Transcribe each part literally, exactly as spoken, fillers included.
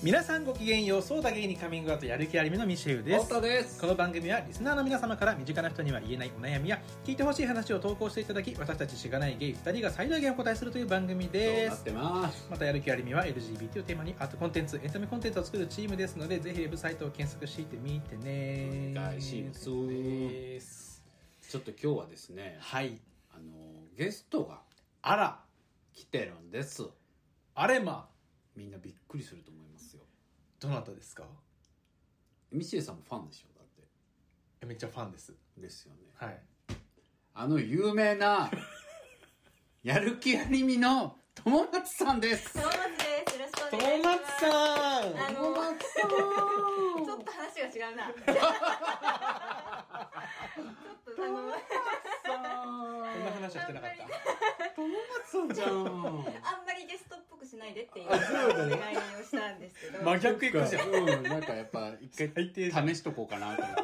皆さんごきげんよう。そうだゲイにカミングアウトやる気ありみのミシェウです。 ですこの番組はリスナーの皆様から身近な人には言えないお悩みや聞いてほしい話を投稿していただき、私たちしがないゲイふたりが最大限お答えするという番組です。 そうなってます。 またやる気ありみは エルジービーティー をテーマにアートコンテンツ、エンタメコンテンツを作るチームですので、ぜひウェブサイトを検索してみてね。 お願いします。ちょっと今日はですね、 はい、 あのゲストがあら来てるんです。 あれまみんなびっくりすると思いますよ。 どなたですか？ ミシェさんもファンでしょ？だってめっちゃファンです。 ですよね。 はい。 あの有名なやる気ありみの友松さんです。 友松です。よろしくお願いします。 友松さん。 あの友松さん。 ちょっと話が違うな。ちょっとあのこんな話はしてなかった。 友松さんじゃん。 あんまりゲストっぽくしないでっていうお願いをしたんですけど。 真逆いくじゃん。 うん、なんかやっぱ一回試しとこうかなと思って。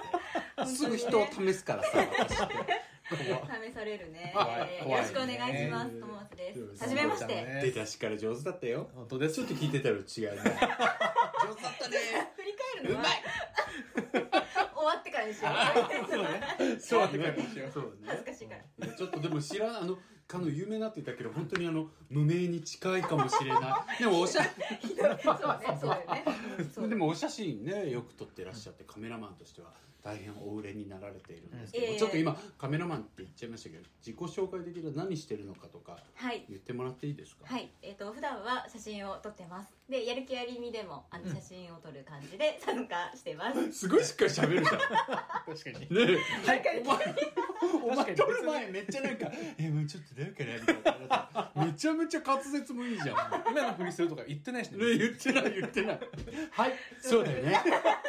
すぐ人を試すからさ、私って。 試されるね。 怖いよろしくお願いします。友松です。はじめまして。 出だしから上手だったよ。 本当です。 ちょっと聞いてたら違うね。上手だったね。 振り返るのはうまい。 終わってからにしよう。 そうね。そうって感じしよう。 そうね。 恥ずかしいから。 ちょっとでも知らん、あの、かの有名なって言ったけど、本当にあの、無名に近いかもしれない。でもおしゃ、 ひどい。そうね、そうよね。 でもお写真ね、よく撮ってらっしゃって、カメラマンとしては大変お売れになられているんですけど、 うん、 ちょっと今、カメラマンって言っちゃいましたけど、自己紹介的に何してるのかとか、言ってもらっていいですか？ はい。えっと、普段は写真を撮ってます。で、やる気ありみでも、あの、写真を撮る感じで参加してます。 すごいしっかり喋るじゃん。 確かに。 ねえ。 はいお前、お前撮る前めっちゃなんか、え、もうちょっとだからみたいな。めちゃめちゃ滑舌もいいじゃん。 今のふりするとか言ってないしね。 ね、言ってない言ってない。はい、そうだよね。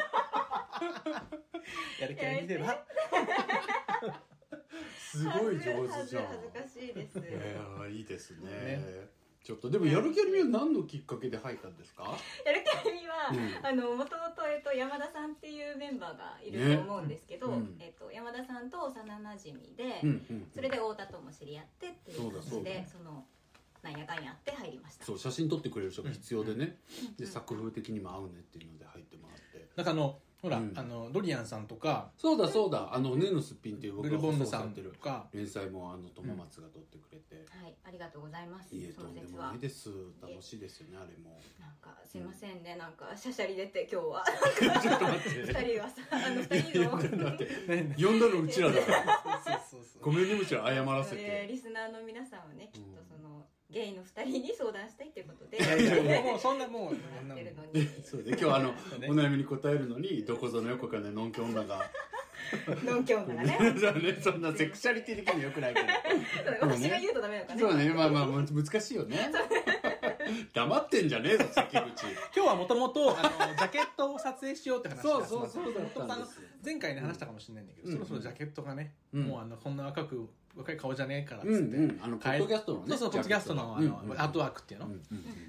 やる気ありみでは。 すごい上手じゃん。 恥ずかしいです。 えー、いいですね。ねちょっとでもやる気ありみは何のきっかけで入ったんですか？ やる気ありみは、うん、あのもともとえっと山田さんっていうメンバーがいると思うんですけど、ねうん、えっと山田さんと幼馴染で、うんうんうん、それで太田とも知り合ってっていう感じで、そのなんやかんやって入りました。 そう写真撮ってくれる人が必要でね、うん、で作風的にも合うねっていうので入ってもらって。 だからあのほら、うん、あのドリアンさんとかそうだそうだあのねのすっぴんっていう僕が放送されてるか連載もあの友松が撮ってくれて、 うん、はいありがとうございます。 いえとんでもないです。楽しいですよねあれも。 なんかすいませんね、うん、なんかシャシャリ出て今日はちょっと待ってふたりはさあのふたりのだって呼んだのうちらだからそうそうそうごめんねむしろ謝らせて、 えー、リスナーの皆さんはねきっとその、うんゲイのふたりに相談したいっていうことでいやいやもうそんなもうなってるのにそうで今日あのお悩みに答えるのにどこぞの横かねのんき女がのんき女がねそうねそんなセクシャリティ的にはよくないけど私が言うとダメなのかねそうねまあまあ難しいよね黙ってんじゃねえぞ関口今日はもともとジャケットを撮影しようって話そうそうそうだったんですよ。 前回ね話したかもしれないんだけど、うん、そろそろジャケットがね、うん、もうあのこんな若く若い顔じゃねえからっつって、 うんうん、あのポッドキャストのねそうそうポッドキャストのあの、うんうん、アートワークっていうの、うんうん、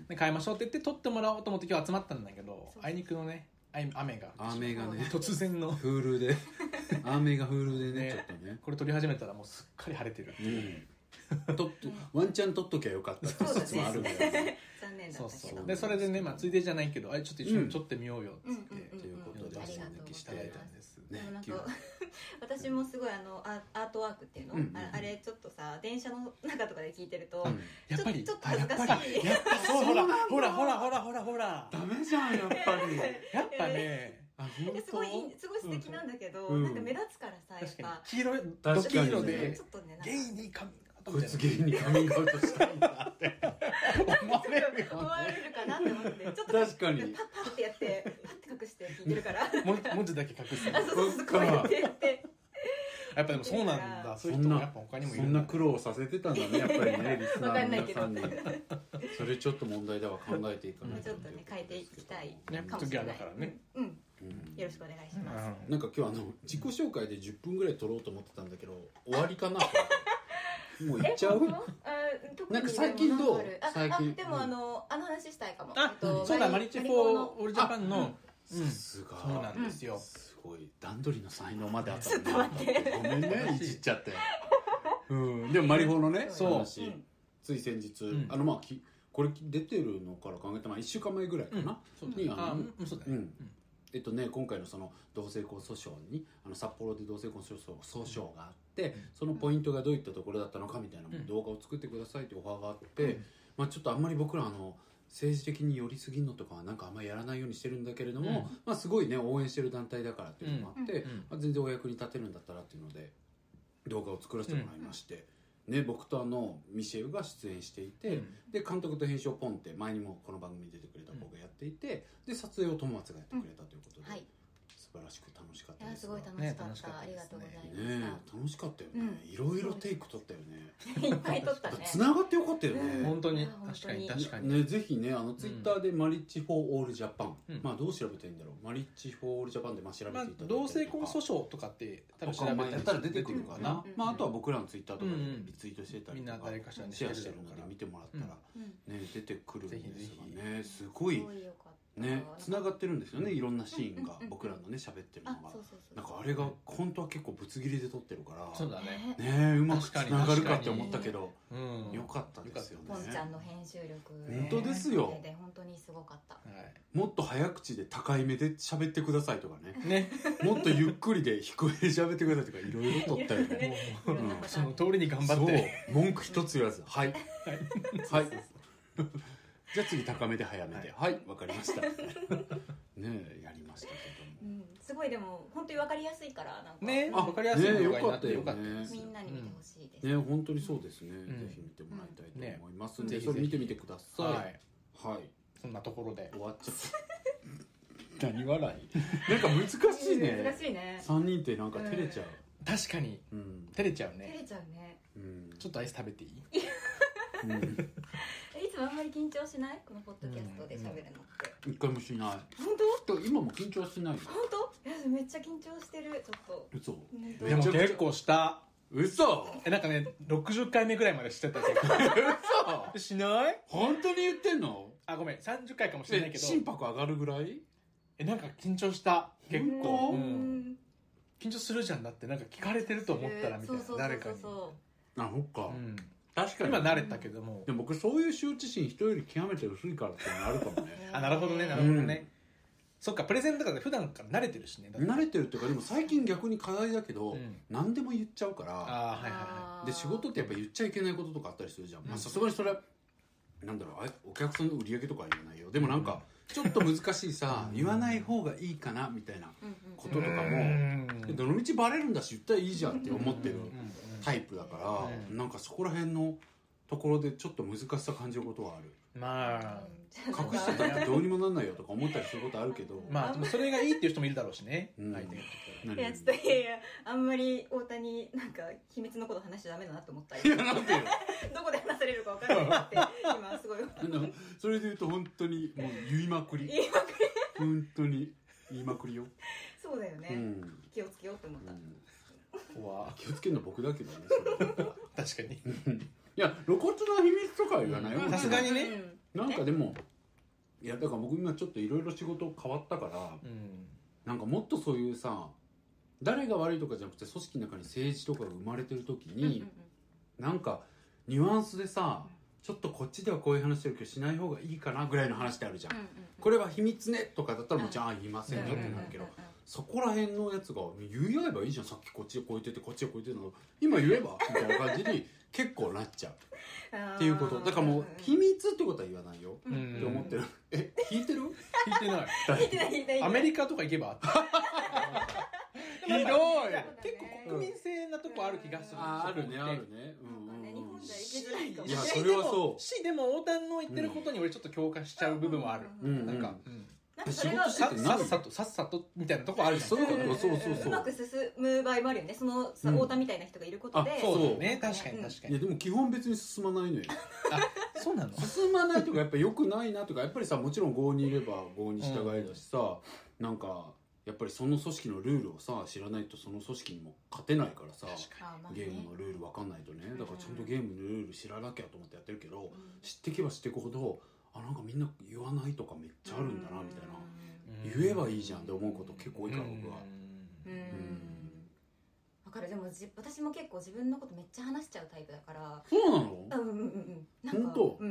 で変えましょうって言って撮ってもらおうと思って今日集まったんだけどあいにくのね雨が雨がね突然のフールで雨がフールでね、ねちょっとねこれ撮り始めたらもうすっかり晴れてるっていう、 うんとワンチャン撮っときゃよかったって説もあるんだよね。 残念だったけど。そうそうでそれでね、まあ、ついでじゃないけどあれちょっと一緒に撮ってみようよっつって、 うん、 ということでありがとうごしていただいたんですね。でもなんか私もすごいあのアートワークっていうの、うんうん、あれちょっとさ電車の中とかで聞いてると、うん、 やっぱりちょっと恥ずかしい。 やっぱそうほらほらほらほらほらほらダメじゃんやっぱり。 やっぱね。 あすごいすごい素敵なんだけど、うん、なんか目立つからさやっぱ黄色いド黄色でちょっとねゲイにカミングアウトこいつゲイにカミングアウトしたいんだって思われるよ、ね、 思われるかなって思ってちょっと確かにパッパッってやってパッて隠して聞いてるから文字だけ隠すあそうそうこうやってやってやっぱでもそうなんだそういう人もやっぱ他にもいるそんな苦労させてたんだねやっぱりねリスナーの皆さんに分かんないけどそれちょっと問題だわ考えていかないとちょっとね変えていきたいかもしれないだからねうんうん、よろしくお願いします、 うん、なんか今日あの自己紹介でじゅっぷんぐらい撮ろうと思ってたんだけど終わりかなもう行っちゃうなんか最近どう最近あでもあのあの話したいかもあ、えっと、そうだマリチフォーオールジャパンのさすがそうなんですよすごい段取りの才能まであったちょっと待ってごめんねいじっちゃってうんでもマリフォーのねそう話つい先日あのまあきこれ出てるのから考えて、まあ、いっしゅうかんまえぐらいかな、 うん、 にあの、 あ、うん、そうだね、うん、 えっとね、今回のその同性婚訴訟にあの札幌で同性婚訴訟訴訟があって、うん、そのポイントがどういったところだったのかみたいな動画を作ってくださいってオファーがあって、うん、まあ、ちょっとあんまり僕らあの政治的に寄りすぎんのとかはなんかあんまりやらないようにしてるんだけれども、うん、まあ、すごいね応援してる団体だからっていうのもあって、うん、まあ、全然お役に立てるんだったらっていうので動画を作らせてもらいまして、うん、ね、僕とあのミシェルが出演していて、うん、で監督と編集をポンって前にもこの番組に出てくれた子がやっていて、で撮影を友松がやってくれたということで、はい、素晴らしく楽しかったです。 すごい楽しかった、ね、ったありがとうございました、 ね、楽しかったよね、うん、いろいろテイク撮ったよねいっぱい撮ったねつながってよかったよね、 うん、本当に確かに確かにね、ぜひね、あのツイッターでマリッジ・フォー・オール・ジャパン、うん、まあどう調べたらいいんだろう、マリッジ・フォー・オール・ジャパンでまあ調べていただいて、まあ、 同性婚訴訟とかって多分調べたら出てくるかな、うん、まあ、あとは僕らのツイッターとかでリツイートしてたりとか、 みんな誰かしらシェアしてるので見てもらったら、ね、出てくるんですがね、すごいね、つながってるんですよね、いろんなシーンが僕らのね喋ってるのが、なんかあれが本当は結構ぶつ切りで撮ってるから、 そうだね、 ね、うまくつながるかって思ったけど、うん、よかったですよね。 ポンちゃんの編集力、 本当ですよ、 で本当にすごかった、 はい、もっと早口で高い目で喋ってくださいとか ね, ねもっとゆっくりで低いで喋ってくださいとかいろいろ撮ったよねうん、その通りに頑張って、 そう文句一つ言わずはいはい、じゃあ次高めで早めで、はい、わ、はい、かりましたねえ、やりましたけども、 うん、すごいでも本当にわかりやすいからなんかね、わかりやすいのがいいなってよかったです、みんなに見てほしいです、 ね、本当にそうですね、うん、ぜひ見てもらいたいと思いますので、うん、ね、それ見てみてください、はい、はい、 そんなところで終わっちゃった何笑いなんか難しいね、 難しいね、 さんにんってなんか照れちゃう、 うん、確かに、うん、照れちゃうね、 照れちゃうね、 うん、ちょっとアイス食べていいうん、いつもあんまり緊張しないこのポッドキャストで喋るのって、 うん、一回もしない。 本当？ 今も緊張してない。 本当？いやめっちゃ緊張してる、ちょっと。 嘘？ でも結構した嘘？ え、なんかねろくじゅっかいめぐらいまでしてたけど嘘？しない？ 本当に言ってんの？ あ、ごめん、さんじゅっかいかもしれないけど心拍上がるぐらい？ え、なんか緊張した結構、うん、緊張するじゃん、だってなんか聞かれてると思ったらみたいな、誰かに。 あ、そっか、うん、 確かに今慣れたけども、 でも僕そういう羞恥心人より極めて薄いからっていうのあるかもねあ、なるほどね、なるほどね、うん、そっか、プレゼンとかで普段から慣れてるしね、 慣れてるっていうか、でも最近逆に課題だけど、うん、何でも言っちゃうから、 あ、はいはいはい、 で仕事ってやっぱ言っちゃいけないこととかあったりするじゃん、うん、まあさすがにそれはなんだろう、お客さんの売り上げとかは言わないよ、でもなんか、ちょっと難しいさ、うん、言わない方がいいかなみたいなこととかも、うん、どの道バレるんだし言ったらいいじゃんって思ってるタイプだから、うん、なんかそこら辺のところでちょっと難しさ感じることはある。 まあ隠してたってどうにもなんないよとか思ったりすることあるけど、 まあでもそれがいいっていう人もいるだろうしね、うん、相手が。 いやちょっといやいや、あんまり太田になんか秘密のこと話しちゃダメだなと思ったり、いやなんでよどこで話されるか分からないって今すごいそれで言うと本当にもう言いまくり言いまくり本当に言いまくりよ。 そうだよね、うん、気をつけようって思った、 うん、わ気をつけるの僕だけどねそれ確かにいや露骨な秘密とかは言わないよ、 さすがにね、 なんかでもいやだから僕今ちょっといろいろ仕事変わったから、うん、なんかもっとそういうさ、誰が悪いとかじゃなくて組織の中に政治とかが生まれてる時に、うんうんうん、なんかニュアンスでさ、ちょっとこっちではこういう話してるけどしない方がいいかなぐらいの話ってあるじゃん、うんうんうん、これは秘密ねとかだったらもちろん、うん、あ言いませんよってなるけど、うんうんうんうん、そこら辺のやつが言い合えばいいじゃん、さっきこっちでこう言っててこっちでこう言ってたの今言えばみたいな感じに結構なっちゃうっていうこと。だからもう秘密ってことは言わないよ、うん、って思ってる。え、聞いてる？ 聞いてない聞いてない聞いてない。 アメリカとか行けばひどい。結構国民性なとこある気がする。 あ、あるね、あるね。うんうん。 日本じゃ行けづらいかも。 いや、それはそう。 し、でも大谷の言ってることに俺ちょっと共感しちゃう部分はある。なんか、 なんか仕事しててさっさとさっさとみたいなとこあるじゃん。 そうそうそうそう。 うまく進む場合もあるよね。そのさ、太田みたいな人がいることで。 そうだね。確かに確かに。 いやでも基本別に進まないのよ。 あ、そうなの？ 進まないとかやっぱ良くないなとか、やっぱりさ、もちろん郷にいれば郷に従いだしさ、なんかやっぱりその組織のルールをさ知らないとその組織にも勝てないからさ、ゲームのルール分かんないとね。だからちゃんとゲームのルール知らなきゃと思ってやってるけど、知っていけば知っていくほど、あ、なんかみんな言わないとかめっちゃあるんだなみたいな。言えばいいじゃんって思うこと結構多いから僕は。うん。 わかる。でもじ私も結構自分のことめっちゃ話しちゃうタイプだから。 そうなの？ うんうんうん。 本当？うん。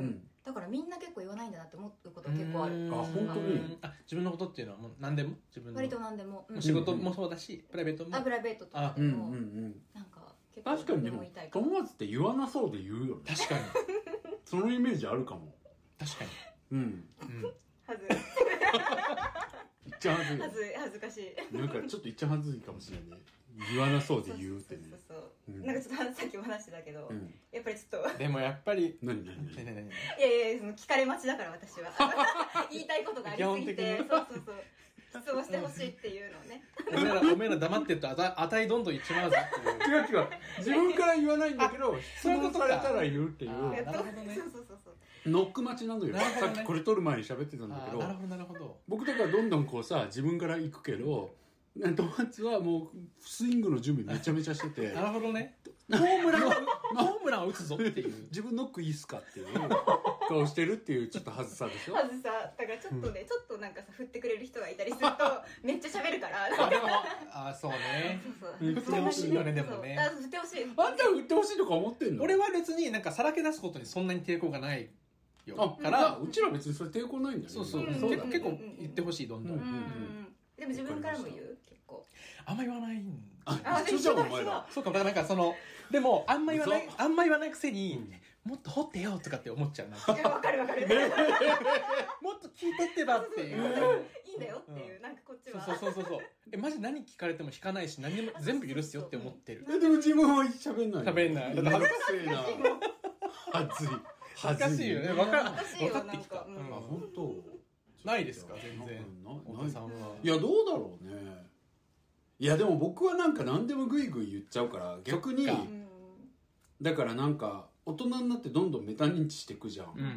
だからみんな結構言わないんだなって思うことは結構ある。 あ本当に。 あ自分のことっていうのはもう何でも自分の割と何でも、 うん、仕事もそうだしプライベートもあプライベートとかでも、 うんうんうん、 なんか結構確かにでも友達って言わなそうで言うよね。 確かにそのイメージあるかも。 確かにうん、うん、 はずいっちゃはずいはずい恥ずかしい。 なんかちょっといっちゃはずいかもしれない。言わなそうで言うってね。 そうそうそうそう、 うん、 なんかちょっとさっきも話してたけど、うん、やっぱりちょっとでもやっぱり何何何何何何いやいやその聞かれ待ちだから私は言いたいことがありすぎてそうそうそう質問してほしいっていうのをねおめえらおめえら黙ってるとあた値どんどん言っちまうぞっていう違う違う自分から言わないんだけど質問されたら言うっていう。 なるほどね。 そうそうそうそうノック待ちなのよ、 ね、 さっきこれ撮る前に喋ってたんだけど、 なるほどなるほど。 僕だからどんどんこうさ自分から行くけど友達はもうスイングの準備めちゃめちゃしててなるほどね。ホームランホームランを打つぞっていう自分ノックいいっすかっていう顔してるっていうちょっとはずさでしょ。 はずさだからちょっとね、うん、ちょっとなんかさ振ってくれる人がいたりするとめっちゃ喋るからあでもあそうねそうそう振ってほしいよね。でもねあ振ってほしい。 あんたは振ってほしいとか思ってんの。 俺は別になんかさらけ出すことにそんなに抵抗がないよあからうちら別にそれ抵抗ないんだよね。 そうそう、うん、結構結構言ってほしいどんどん、うんうんうん、 でも自分からも言う結構あんま言わないんあ一緒じゃんお前ら。 そうかだからなんかそのでもあんま言わないあんま言わないくせに、うん、もっと掘ってよとかって思っちゃうな。 いやわかるわかるもっと聞いてってばっていういいんだよっていう、うん、なんかこっちはそうそうそうそうえマジ何聞かれても引かないし何でも全部許すよって思ってる。 えでも自分は喋んない喋んないだって恥ずかしいな恥ずい恥ずかしいよね。分か分かってきた。 あ本当ないですか全然。 太田さんはいやどうだろうね。いやでも僕はなんか何でもグイグイ言っちゃうから逆にだからなんか大人になってどんどんメタ認知していくじゃん、うんうん、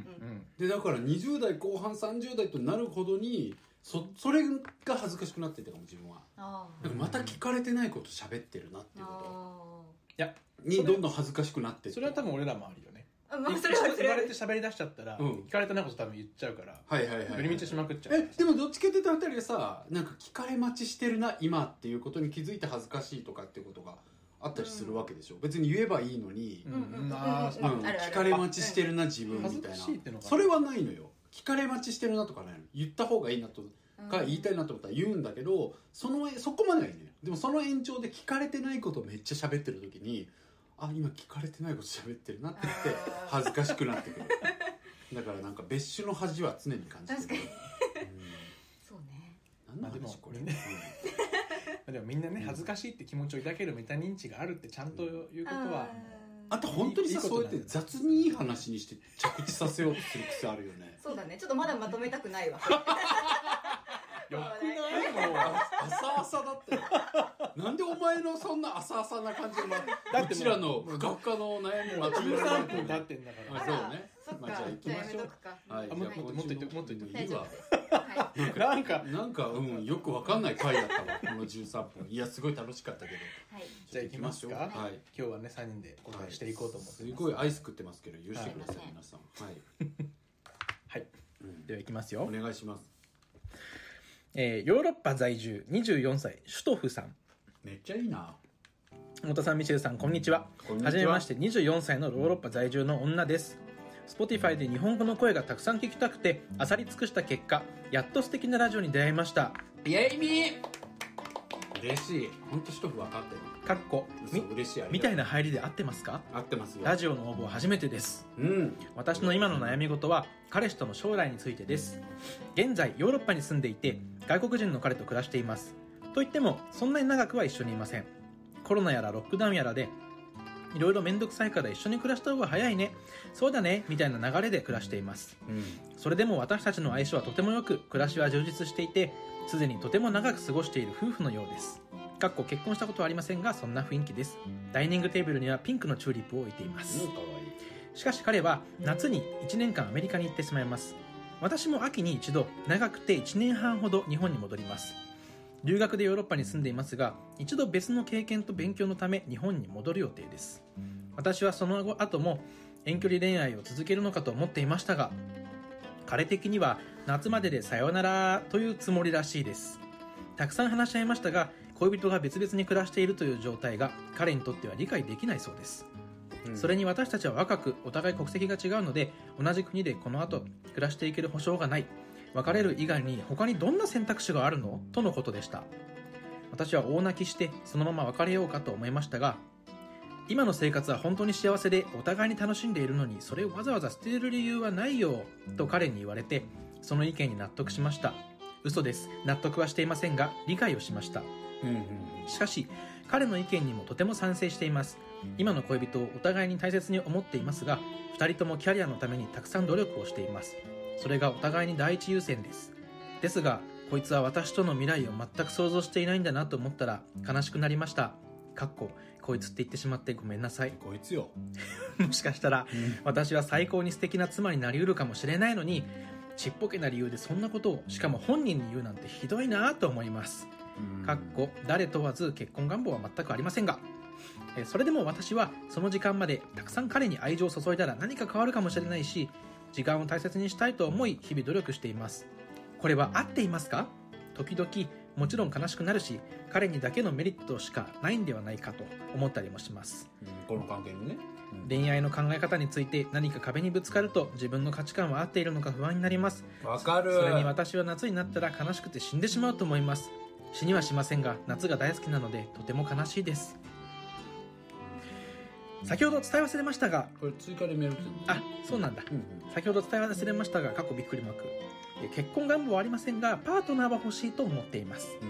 でだからにじゅう代後半さんじゅう代となるほどに そ, それが恥ずかしくなってたかも自分は。あだからまた聞かれてないこと喋ってるなっていうこといやにどんどん恥ずかしくなってって。 それは多分俺らもあるよね。 あまあ、それは言われて喋り出しちゃったら、うん、聞かれてないこと多分言っちゃうからはいはいはい、はい、 寄り道しまくっちゃう。 えでもどっちかって言ったらふたりはさなんか聞かれ待ちしてるな今っていうことに気づいて恥ずかしいとかっていうことがあったりするわけでしょ、うん、別に言えばいいのに聞かれ待ちしてるな自分みたいな。それはないのよ。聞かれ待ちしてるなとかないの。言った方がいいなとか言いたいなと思ったら言うんだけどそのそこまではいいのよ。でもその延長で聞かれてないことをめっちゃ喋ってる時にあ今聞かれてないこと喋ってるなって言って恥ずかしくなってくるだからなんか別種の恥は常に感じてる。確かに、うん、そうね。何の話これ、ね、 でもみんなね恥ずかしいって気持ちを抱けるメタ認知があるってちゃんということは、 うん、あと本当にさそうやって雑にいい話にして着地させようとする癖あるよねそうだね。ちょっとまだまとめたくないわよくないもう浅々だってなんでお前のそんな浅々な感じで、ま、だってうちらのふかふかの悩みまとめられじゅうさんぷん経ってんだから。 あそうね。 そっか、 まあ、じゃあ行きましょう。 はい、 あもっともっと言ってもっと言っていいわ。 なんかなんかうんよくわかんない回だったわこのじゅうさんぷん。いやすごい楽しかったけど。 はい。じゃあ行きますか。はい。今日はねさんにんで答えしていこうと思ってます。 すごいアイス食ってますけど許してください皆さん。はい。 はい。では行きますよ。 お願いします。 えー、ヨーロッパ在住にじゅうよんさいシュトフさん。 めっちゃいいな。 太田さん、ミシェルさん、こんにちは。はじめまして、にじゅうよんさいのヨーロッパ在住の女です。Spotify で日本語の声がたくさん聞きたくて漁り尽くした結果、やっと素敵なラジオに出会いました。 イエイミー嬉しい。本当シュトフ分かってる。 かっこみ嬉しいみたいな入りで合ってますか？ 合ってますよ。 ラジオの応募は初めてです。 うん。 私の今の悩み事は彼氏との将来についてです。現在ヨーロッパに住んでいて外国人の彼と暮らしています。といってもそんなに長くは一緒にいません。コロナやらロックダウンやらでいろいろめんどくさいから一緒に暮らした方が早いね、そうだねみたいな流れで暮らしています、うん、それでも私たちの相性はとてもよく暮らしは充実していてすでにとても長く過ごしている夫婦のようです。かっこ結婚したことはありませんがそんな雰囲気です。ダイニングテーブルにはピンクのチューリップを置いています、うん、かわいい。しかし彼は夏にいちねんかんアメリカに行ってしまいます。私も秋に一度長くていちねんはんほど日本に戻ります。留学でヨーロッパに住んでいますが一度別の経験と勉強のため日本に戻る予定です。私はその後も遠距離恋愛を続けるのかと思っていましたが彼的には夏まででさよならというつもりらしいです。たくさん話し合いましたが恋人が別々に暮らしているという状態が彼にとっては理解できないそうです。 うん、それに私たちは若くお互い国籍が違うので同じ国でこの後暮らしていける保証がない。別れる以外に他にどんな選択肢があるのとのことでした。私は大泣きしてそのまま別れようかと思いましたが、今の生活は本当に幸せでお互いに楽しんでいるのにそれをわざわざ捨てる理由はないよと彼に言われて、その意見に納得しました。嘘です。納得はしていませんが理解をしました。うんうん、しかし彼の意見にもとても賛成しています。今の恋人をお互いに大切に思っていますが、ふたりともキャリアのためにたくさん努力をしています。それがお互いに第一優先です。ですがこいつは私との未来を全く想像していないんだなと思ったら悲しくなりました。かっここいつって言ってしまってごめんなさい。 こいつよもしかしたら、うん、私は最高に素敵な妻になりうるかもしれないのに、ちっぽけな理由でそんなことをしかも本人に言うなんてひどいなと思います。かっこ誰問わず結婚願望は全くありませんが、えそれでも私はその時間までたくさん彼に愛情を注いだら何か変わるかもしれないし、時間を大切にしたいと思い日々努力しています。これは合っていますか？時々もちろん悲しくなるし、彼にだけのメリットしかないんではないかと思ったりもします。 うん、この関係にね、 うん、恋愛の考え方について何か壁にぶつかると自分の価値観は合っているのか不安になります。 わかる。 それに私は夏になったら悲しくて死んでしまうと思います。死にはしませんが夏が大好きなのでとても悲しいです。先ほど伝え忘れましたが、 これ追加でメール来てるんあ、そうなんだ、うんうん、先ほど伝え忘れましたが、過去びっくりマーク、結婚願望はありませんがパートナーは欲しいと思っています。うん、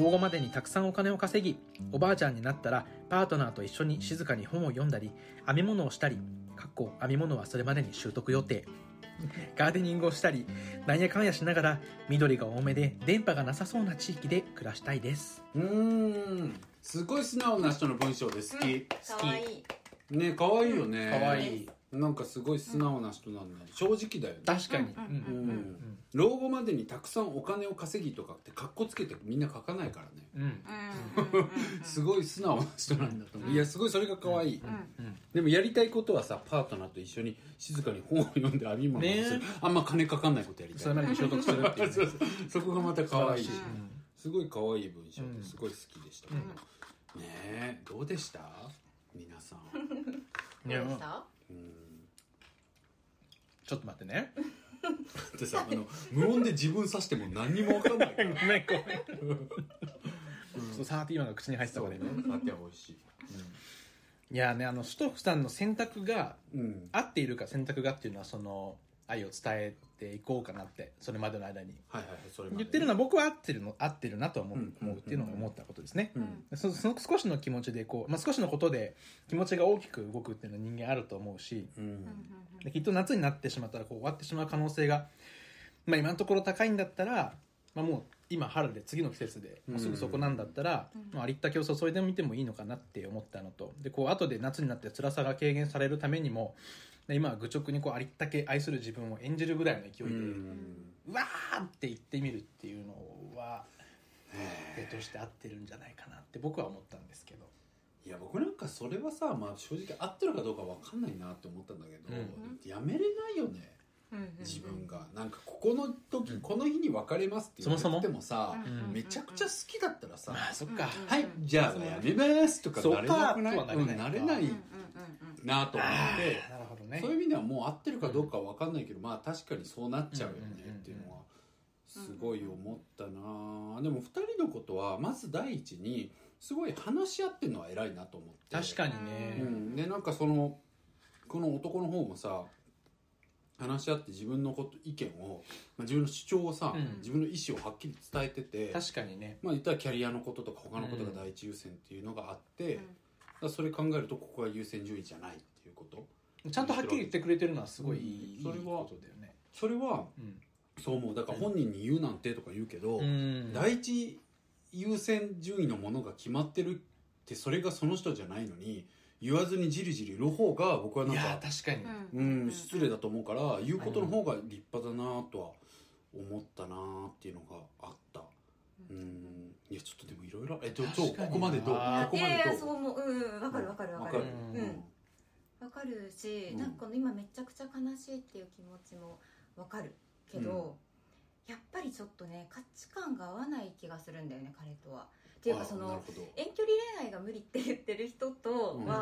老後までにたくさんお金を稼ぎ、おばあちゃんになったらパートナーと一緒に静かに本を読んだり編み物をしたり、かっこ編み物はそれまでに習得予定、ガーデニングをしたりなんやかんやしながら緑が多めで電波がなさそうな地域で暮らしたいです。 うーん、すごい素直な人の文章で好き、うん、 好きね、可愛いよね。 可愛い。 なんかすごい素直な人なんだ、ね、正直だよね。 確かに、 うんうんうん、老後までにたくさんお金を稼ぎとかってカッコつけてみんな書かないからね、うん、すごい素直な人なんだと思う、うん、いやすごいそれが可愛い、うんうん、でもやりたいことはさ、パートナーと一緒に静かに本を読んで編み物をする、ね、あんま金かかんないことやりたい、 それまでに習得するっていう、ね、 そうそう、そこがまた可愛いし、うん、すごい可愛い文章ですごい好きでしたけど、うん、ねえ、どうでした皆さんどうでした？うん、 ちょっと待ってねってさ、あの無音で自分刺しても何にも分かんないからごめんごめんそう、サーティワンが口に入ってたからね。 サーティワン美味しい、 うん、いやね、あのシュトフさんの選択が、うん、合っているか選択がっていうのは、その愛を伝えていこうかなって、それまでの間に、 はいはいはい、それまで言ってるのは僕は合ってるの合ってるなと思う、うん、思うっていうのを思ったことですね、うん、そ, その少しの気持ちでこう、まあ、少しのことで気持ちが大きく動くっていうのは人間あると思うし、うん、できっと夏になってしまったらこう終わってしまう可能性が、まあ、今のところ高いんだったら、まあ、もう今春で次の季節でもうすぐそこなんだったら、うんまあ、ありったけを注いでみてもいいのかなって思ったのと、でこう後で夏になって辛さが軽減されるためにも、今は愚直にこうありったけ愛する自分を演じるぐらいの勢いで、うん、うわーって言ってみるっていうのは手として合ってるんじゃないかなって僕は思ったんですけど、 いや僕なんかそれはさ、まあ、正直合ってるかどうか分かんないなって思ったんだけど、うん、やめれないよね、自分がなんかここの時、うん、この日に別れますって言ってもさ、うん、めちゃくちゃ好きだったらさ、 まあ、そっか、 はいじゃあやめますとかなれなくない、うん、なれないなと思って、なるほどね、そういう意味ではもう合ってるかどうかは分かんないけど、まあ確かにそうなっちゃうよねっていうのはすごい思ったな。でもふたりのことはまず第一にすごい話し合ってるのは偉いなと思って、 確かにね、 うん、でなんかそのこの男の方もさ、話し合って自分のこと意見を、まあ、自分の主張をさ、うん、自分の意思をはっきり伝えてて、 確かにね、 まあ言ったらキャリアのこととか他のことが第一優先っていうのがあって、うん、だからそれ考えるとここが優先順位じゃないっていうこと、 ちゃんとはっきり言ってくれてるのはすごいいい、うん、それはことだよね。 それは、うん、そう思う。だから本人に言うなんてとか言うけど、うん、第一優先順位のものが決まってるってそれがその人じゃないのに言わずにじりじりいる方が僕はなんか、いや確かに、 うん、失礼だと思うから言うことの方が立派だなとは思ったなっていうのがあった。うん、いやちょっとでもいろいろえどうここまでどうここまでどう、いやいやそう思う、うん、分かる分かる分かる、うん、 分かるし、うん、なんか今めちゃくちゃ悲しいっていう気持ちも分かるけど、うん、やっぱりちょっとね価値観が合わない気がするんだよね彼とは。っていうかその遠距離恋愛が無理って言ってる人とは、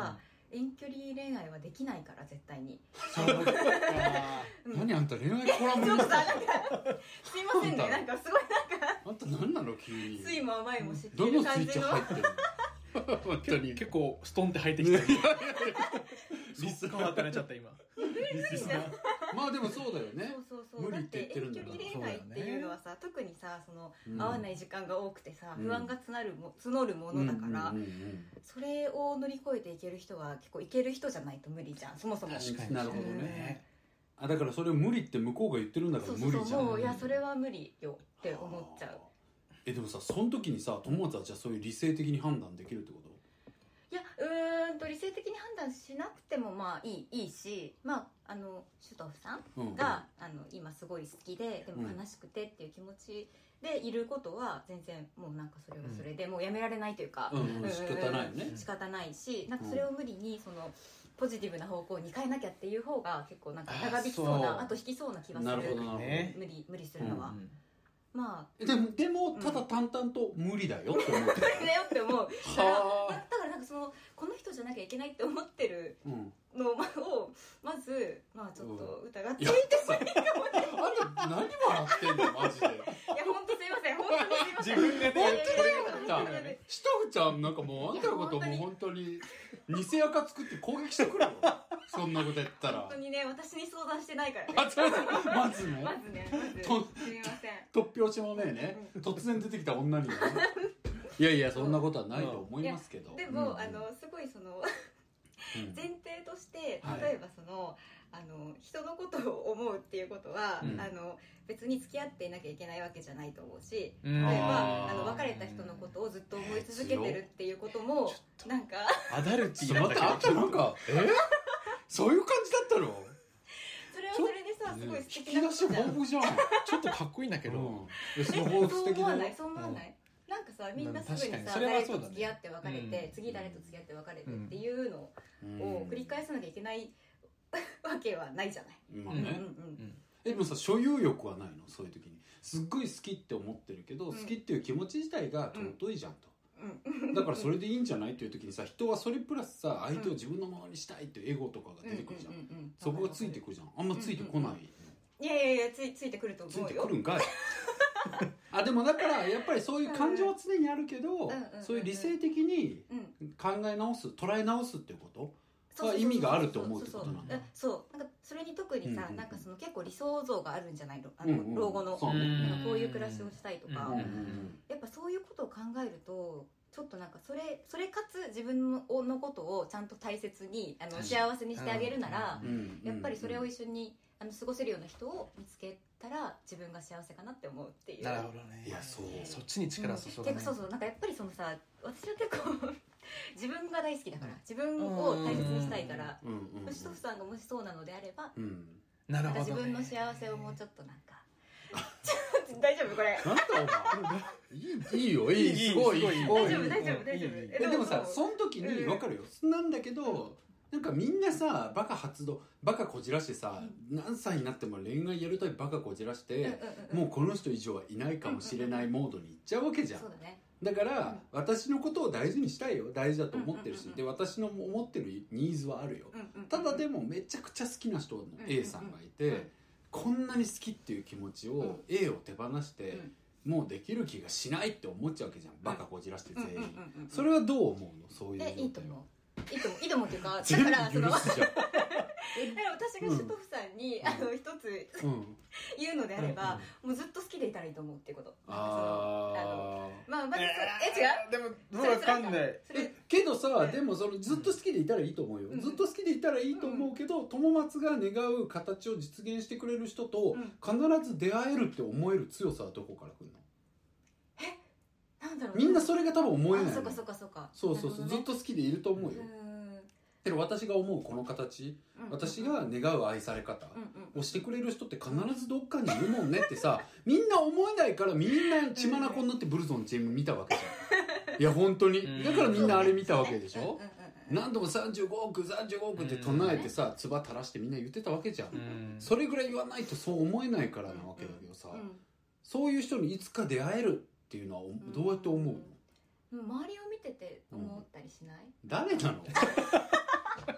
遠距離恋愛はできないから絶対にうん、何あんた恋愛コラムちょっとさなんかすいませんねなんかすごいなんかあんた何なの急に酸いも甘いも知ってる感じのどのスイッチ入ってるの本当に結構ストンって入ってきてリス変わってなっちゃった今まあでもそうだよねそうそうそう無理って言ってるんだからだって遠距離恋愛っていうのはさ、ね、特にさその、 うん、 会わない時間が多くてさ、うん、不安が募るも募るものだから、うんうんうんうん、それを乗り越えていける人は結構いける人じゃないと無理じゃんそもそも確かになるほどね、うん、あだからそれを無理って向こうが言ってるんだから無理じゃんそうそうそうもういやそれは無理よって思っちゃうえでもさその時にさ友達はじゃあそういう理性的に判断できるってこと？ いやうーんと理性的に判断しなくてもまあいいいいしまああのシュトフさんが、うんうん、あの今すごい好きででも悲しくてっていう気持ちでいることは全然もうなんかそれはそれで、うん、もうやめられないというか、 うんうん、仕方ないよね仕方ないしなんかそれを無理にそのポジティブな方向に変えなきゃっていう方が結構なんか長引きそうなあと引きそうな気がする。 なるほどなるほど無理無理するのは。うんうんまあ、 でもでもただ淡々と無理だよって思って無理だよって思うだからだからなんかそのこの人じゃなきゃいけないって思ってるのをまずまあちょっと疑ってみてもいいかもねあんた何笑ってんのマジでいや本当すいません本当にすいません自分がねこれシトフちゃんなんかもうあんたのこともう本当に偽赤作って攻撃してくるよそんなことやったら本当にね私に相談してないからねまずねまずねまずすみません突拍子もねえね突然出てきた女にねいやいやそんなことはないと思いますけどでも、うん、あのすごいその前提として例えばその、はい、あの人のことを思うっていうことは、うん、あの別に付き合っていなきゃいけないわけじゃないと思うし例えばあの別れた人のことをずっと思い続けてるっていうこともなんかアダルティーだったけどあったなんかえそういう感じだったのそれはそれでさすごい素敵なことじゃん引き出し豊富じゃんちょっとかっこいいんだけど、 うん、 そう思わないそう思わない、うんなんかさみんなすぐにさ、 うん、 誰と付き合って別れて、うん、次誰と付き合って別れてっていうのを繰り返さなきゃいけないわけはないじゃない、 うんうんうんうん、えでもさ所有欲はないのそういう時にすっごい好きって思ってるけど、うん、好きっていう気持ち自体が尊いじゃんと、うん、だからそれでいいんじゃないっていう時にさ人はそれプラスさ相手を自分のものにしたいっていうエゴとかが出てくるじゃん、うんうんうんうん、そこがついてくるじゃんあんまついてこない、うんうん、 いやいやいやつい、ついてくると思うよついてくるんかいあでもだからやっぱりそういう感情は常にあるけど、うんうん、そういう理性的に考え直す捉え直すっていうことは意味があると思うってことなんだ。 そうなんかそれに特にさ、うんうん、なんかその結構理想像があるんじゃないのあの、うんうん、老後のそう、ね、なんかこういう暮らしをしたいとか、うんうんうん、やっぱそういうことを考えるとちょっとなんかそれそれかつ自分のことをちゃんと大切にあの幸せにしてあげるなら、うん、やっぱりそれを一緒にあの過ごせるような人を見つけたら自分が幸せかなって思うっていう。 なるほどね。いやそうそっちに力注ぐ、ね、 うん、結構そうそうなんかやっぱりそのさ私は結構自分が大好きだから自分を大切にしたいからもしシトフさんがもしそうなのであれば、うん、 なるほど、ね、 自分の幸せをもうちょっとなんか大丈夫これなんだお前いいいいよいいすごい大丈夫大丈夫大丈夫えでもさその時に分かるよなんだけどなんかみんなさバカ発動バカこじらしてさ、うん、何歳になっても恋愛やるたびバカこじらして、うんうんうん、もうこの人以上はいないかもしれないモードに行っちゃうわけじゃん、 そうだね、 だから、うん、私のことを大事にしたいよ大事だと思ってるし、うんうんうん、で私の思ってるニーズはあるよ、うんうんうん、ただでもめちゃくちゃ好きな人の A さんがいて、うんうんうん、こんなに好きっていう気持ちを、うん、A を手放して、うん、もうできる気がしないって思っちゃうわけじゃん、バカこじらして全員、うんうんうんうん、それはどう思うのそういう状態は。 えいいと思ういいと思ういいと思うっていうかだ全部からその許すじゃん私がシュトフさんに、うん、あの一つ、うん、言うのであれば、うんうん、もうずっと好きでいたらいいと思うっていうこと。 ああのまあまず、 えー、え違うでも分かんないえけどさ、うん、でもそのずっと好きでいたらいいと思うよ、うん、ずっと好きでいたらいいと思うけど、うん、友松が願う形を実現してくれる人と、うん、必ず出会えるって思える強さはどこから来るの？ えなんだろうみんなそれが多分思えないの。 そうかそうかそうかそうそうそう、ね、ずっと好きでいると思うよ。けど私が思うこの形、うんうんうん、私が願う愛され方をしてくれる人って必ずどっかにいるもんねってさみんな思えないからみんな血眼になってブルゾンチーム見たわけじゃんいや本当にだからみんなあれ見たわけでしょ、うん、何度もさんじゅうごおくさんじゅうごおくって唱えてさ唾垂らしてみんな言ってたわけじゃん、うん、それぐらい言わないとそう思えないからなわけだけどさ、うんうん、そういう人にいつか出会えるっていうのはどうやって思うの？ うん、周りを見てて思ったりしない？ 誰なの？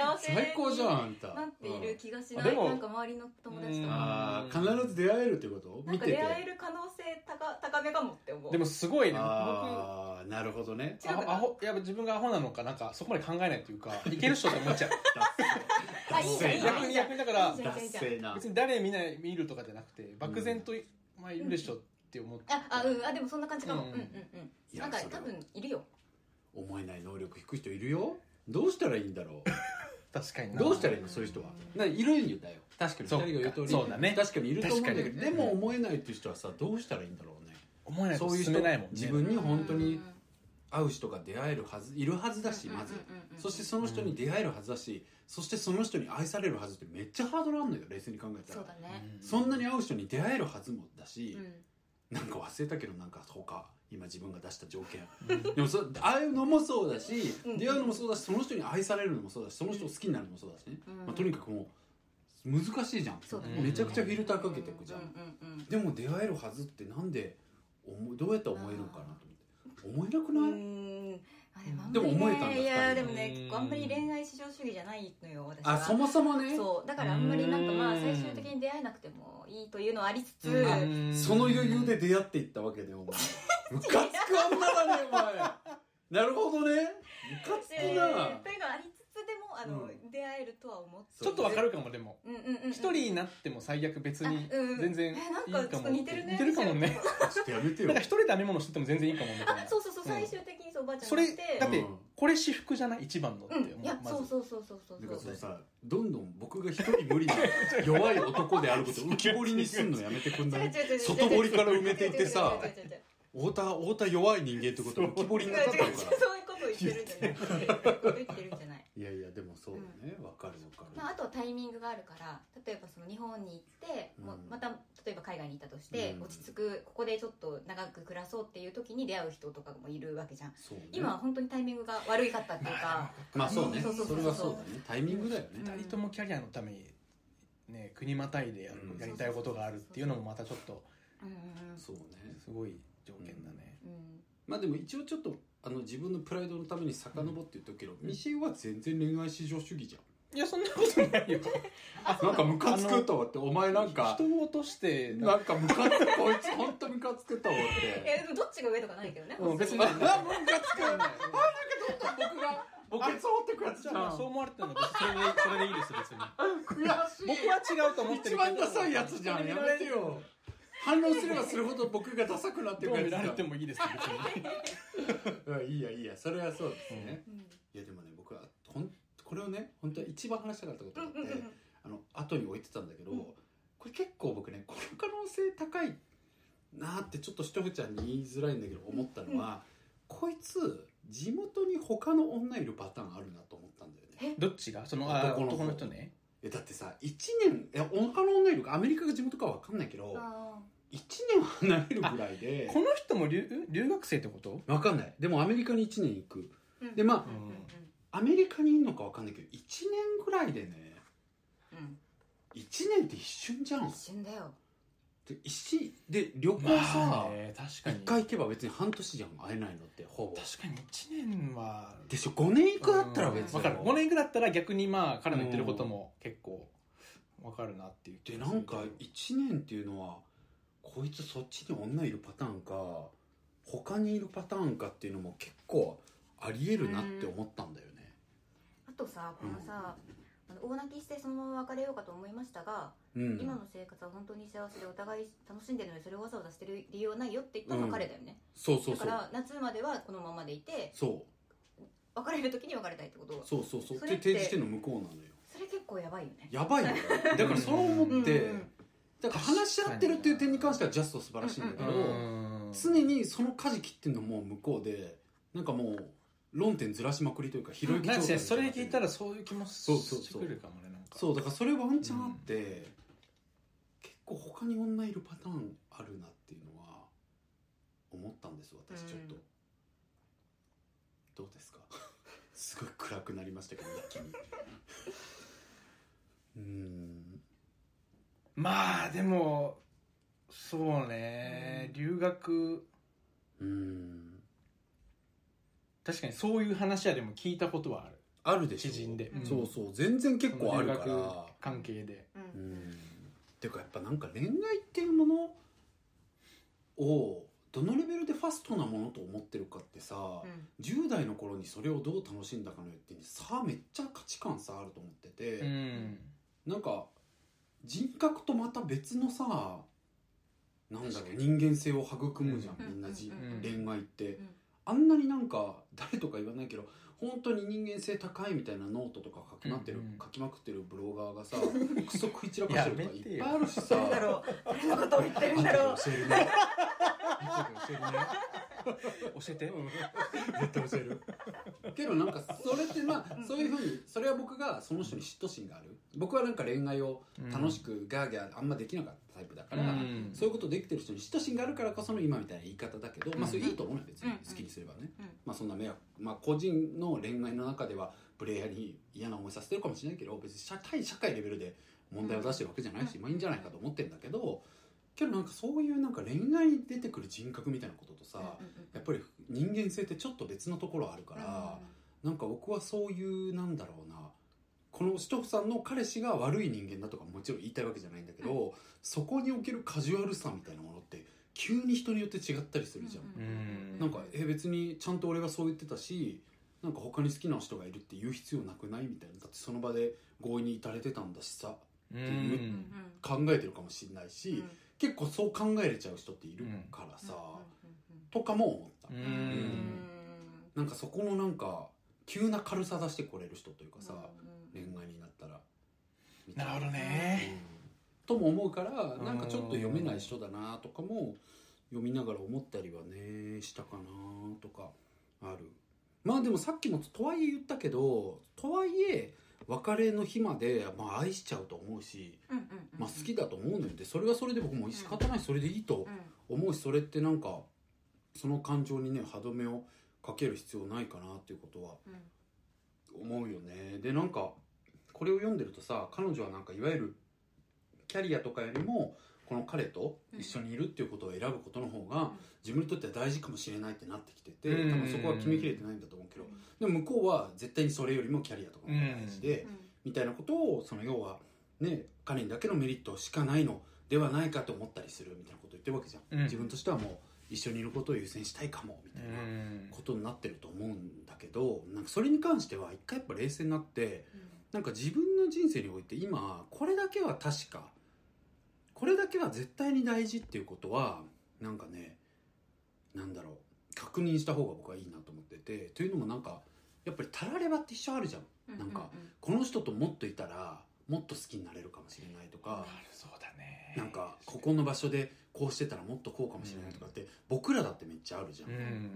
幸せ最高じゃんあんたなっている気がしない、うん、なんか周りの友達とあ必ず出会えるってこと？ なんか出会える可能性高高めかもって思う。 でもすごいね、 ああなるほどね。 アホアホいや自分がアホなのかなんかそこまで考えないというかいける人って思っちゃうあいいじゃんいいじゃん逆に逆にだから別に誰見ない見るとかじゃなくて漠然と、うん、まあいるでしょって思って、 うん、ああうんあでもそんな感じかも、うん、うんうんうんなんか多分いるよ。 思えない能力低い人いるよ。どうしたらいいんだろう確かにな。 どうしたらいいのそういう人は。いるんだよ確かにふたりが言う通りそうだ、ね、確かにいると思うんだけど、でも思えないっていう人はさどうしたらいいんだろうね。 思えないと進めないもんね。 自分に本当に会う人が出会えるはずいるはずだし、まずそしてその人に出会えるはずだし、そしてその人に愛されるはずってめっちゃハードルあるのよ冷静に考えたら。 そうだね。 そんなに会う人に出会えるはずもだし、うん、なんか忘れたけどなんか他今自分が出した条件でもそ会うのもそうだし、うん、出会うのもそうだし、その人に愛されるのもそうだし、その人を好きになるのもそうだしね、うんまあ、とにかくもう難しいじゃん、ね、めちゃくちゃフィルターかけていくじゃん、うんうんうん、でも出会えるはずってなんで思どうやって思えるのかなと思って思えなくない？うんあでもあんまりね、 でも思えたんだ。 いやでもね結構あんまり恋愛至上主義じゃないのよ私は。 あそもそもね。 そうだからあんまりなんかまあ最終的に出会えなくてもいいというのはありつつ、 その余裕で出会っていったわけでお前ムカつく女だねお前なるほどねムカつくな、えー、というのはありつつでもあの、うん、出会えるとは思ってちょっとわかるかも。でも一、うんうんうん、人になっても最悪別に全然いいかも、うん、なんかちょっと似てるね似てるかもねちょっとやめてよ。 なんか一人で編み物してても全然いいかもみたいな。 あそうそうそう、うん、最終的にそうおばあちゃんそれだってこれ私服じゃない一番のって思う、 うん、いや、ま、そうそうそうそうそうだからそのさどんどん僕が一人無理な弱い男であることを浮き彫りにすんのやめてくんない？外堀から埋めていってさ太田太田弱い人間ってことを浮き彫りになっちゃってるからそういうこと言ってるんじゃない言ってるんじゃないいやいやでもそうだねわ、うん、かるわかる、 まあ、あとはタイミングがあるから例えばその日本に行って、うん、もうまた例えば海外に行ったとして、うん、落ち着くここでちょっと長く暮らそうっていう時に出会う人とかもいるわけじゃん、ね、今は本当にタイミングが悪かったっていうかまあそうねそれはそうだねタイミングだよね、 ふたりともキャリアのためにね国またいでやる、うん、やりたいことがあるっていうのもまたちょっとそうねすごい条件だね、うんうん、 まあでも一応ちょっとあの自分のプライドのために遡って言っとくけど、うん、ミシェルは全然恋愛至上主義じゃん。 いやそんなことないよなんかムカつくと思ってお前なんか人を落としてなんかムカつくこいつ本当ムカつくと思ってえでもどっちが上とかないけどね、 うん、別にあムカつくあなんかどんどん僕が墓穴を掘ってくやつじゃん。 そう思われてるのはそれでそれでいいです別に悔しい僕は違うと思ってるけど一番ダサいやつじゃんやめてよ反論すればするほど僕がダサくなってくるやつじゃんどう見られてもいいです別にいいやいいやそれはそうですね、うん、いやでもね僕はほんこれをね本当は一番話したかったことがあって、うんうんうん、あの後に置いてたんだけど、うん、これ結構僕ねこの可能性高いなってちょっとしとふちゃんに言いづらいんだけど思ったのは、うん、こいつ地元に他の女いるパターンあるなと思ったんだよね。 どっちがそのあ男の男の人ね。 えだってさいちねんいや他の女いるかアメリカが地元かは分かんないけどいちねん離れるぐらいでこの人も 留, 留学生ってこと分かんない。でもアメリカにいちねん行く、うん、でまあ、うんうんアメリカにいるのか分かんないけどいちねんぐらいでね、うん、いちねんって一瞬じゃん。 一瞬だよ。 で一で旅行さ、まあね、確かにいっかい行けば別に半年じゃん会えないのってほぼ。 確かにいちねんはでしょ。ごねん行くだったら別に分かる。ごねん行くだったら逆にまあ彼の言ってることも結構分かるなっていうでなんかいちねんっていうのはこいつそっちに女いるパターンか他にいるパターンかっていうのも結構ありえるなって思ったんだよね。 あとさこのさ、うん、あの大泣きしてそのまま別れようかと思いましたが、うん、今の生活は本当に幸せでお互い楽しんでるのにそれをわざわざしてる理由はないよって言ったのが彼だよね、 うん、そうそうそう。 だから夏まではこのままでいてそう別れる時に別れたいってこと。 そうそうそうって提示してるの向こうなのよ。 それ結構やばいよね。 やばいよだからそう思って、うんうん、だから話し合ってるっていう点に関してはジャスト素晴らしいんだけど、うんうん、常にその舵切ってるのも向こうでなんかもう論点ずらしまくりというかひろゆき状態、 うん、それ聞いたらそういう気もしてくるかもね。なんかそうだからそれワンチャンあって、うん、結構他に女いるパターンあるなっていうのは思ったんです私ちょっと、うん、どうですかすごい暗くなりましたけど一気にうーんまあでもそうね、うん、留学うーん確かにそういう話はでも聞いたことはある。 あるでしょ。 知人で、 うん、そうそう全然結構あるから留学関係で、 うん、っていうかやっぱなんか恋愛っていうものをどのレベルでファストなものと思ってるかってさ、うん、じゅう代の頃にそれをどう楽しんだかのよってさめっちゃ価値観差あると思ってて、うん、なんか人格とまた別のさなんだろう人間性を育むじゃん、うん、みんなじ、うん、恋愛って、うん、あんなになんか誰とか言わないけど本当に人間性高いみたいなノートとか書きまってる、うんうん、書きまくってるブロガーがさクソ食い散らかしてるとかいっぱいあるしさ誰だろう誰のことを言ってるんだろう教えるね教えるね教えて絶対教えるけどなんかそれってまあそういうふうにそれは僕がその人に嫉妬心がある。僕はなんか恋愛を楽しくガーギャーあんまできなかったタイプだから、うん、そういうことできてる人に嫉妬心があるからこその今みたいな言い方だけど、うん、まあそれいいと思うのよ別に好きにすればね、うん、まあそんな迷惑まあ個人の恋愛の中ではプレイヤーに嫌な思いさせてるかもしれないけど別に社会社会レベルで問題を出してるわけじゃないし、まあいいんじゃないかと思ってるんだけどけどなんかそういうなんか恋愛に出てくる人格みたいなこととさ、やっぱり人間性ってちょっと別のところあるから、なんか僕はそういうなんだろうなこのシトフさんの彼氏が悪い人間だとかもちろん言いたいわけじゃないんだけど、そこにおけるカジュアルさみたいなものって急に人によって違ったりするじゃん。うんなんかえ別にちゃんと俺がそう言ってたしなんか他に好きな人がいるって言う必要なくないみたいなだってその場で合意に至れてたんだしさっていう考えてるかもしれないし、うん結構そう考えれちゃう人っているからさ、うん、とかも思った、うんうん、なんかそこのなんか急な軽さ出してこれる人というかさ、うん、恋愛になったらなるほどね、 うん、とも思うからなんかちょっと読めない人だなとかも読みながら思ったりはねしたかなとかある。まあでもさっきもとはいえ言ったけどとはいえ別れの日まで、まあ、愛しちゃうと思うし、うんうんうんうんまあ、好きだと思うのでそれはそれで僕も仕方ないそれでいいと思うしそれってなんかその感情にね歯止めをかける必要ないかなっていうことは思うよね。でなんかこれを読んでるとさ彼女はなんかいわゆるキャリアとかよりもこの彼と一緒にいるっていうことを選ぶことの方が自分にとっては大事かもしれないってなってきてて多分そこは決めきれてないんだと思うけどでも向こうは絶対にそれよりもキャリアとかも大事でみたいなことをその要はね彼にだけのメリットしかないのではないかと思ったりするみたいなことを言ってるわけじゃん。自分としてはもう一緒にいることを優先したいかもみたいなことになってると思うんだけどなんかそれに関しては一回やっぱ冷静になってなんか自分の人生において今これだけは確かこれだけは絶対に大事っていうことはなんかねなんだろう確認した方が僕はいいなと思っててというのもなんかやっぱりたらればって一緒あるじゃん、うんうんうん、なんかこの人ともっといたらもっと好きになれるかもしれないとかそうだねなんかここの場所でこうしてたらもっとこうかもしれないとかって僕らだってめっちゃあるじゃん、うん、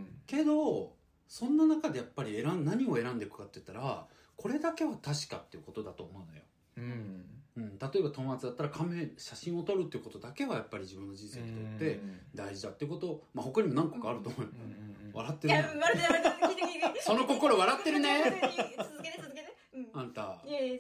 けどそんな中でやっぱり選ん何を選んでいくかって言ったらこれだけは確かっていうことだと思うのよ、うんうん、例えば友達だったらカメ写真を撮るっていうことだけはやっぱり自分の人生にとって大事だっていうことを、まあ、他にも何個かあると思うよ、うんうんうん、笑ってるねいや笑ってる笑ってる聞いて聞いてその心笑ってるね続けて続けて、うん、 あんたいやいやいやい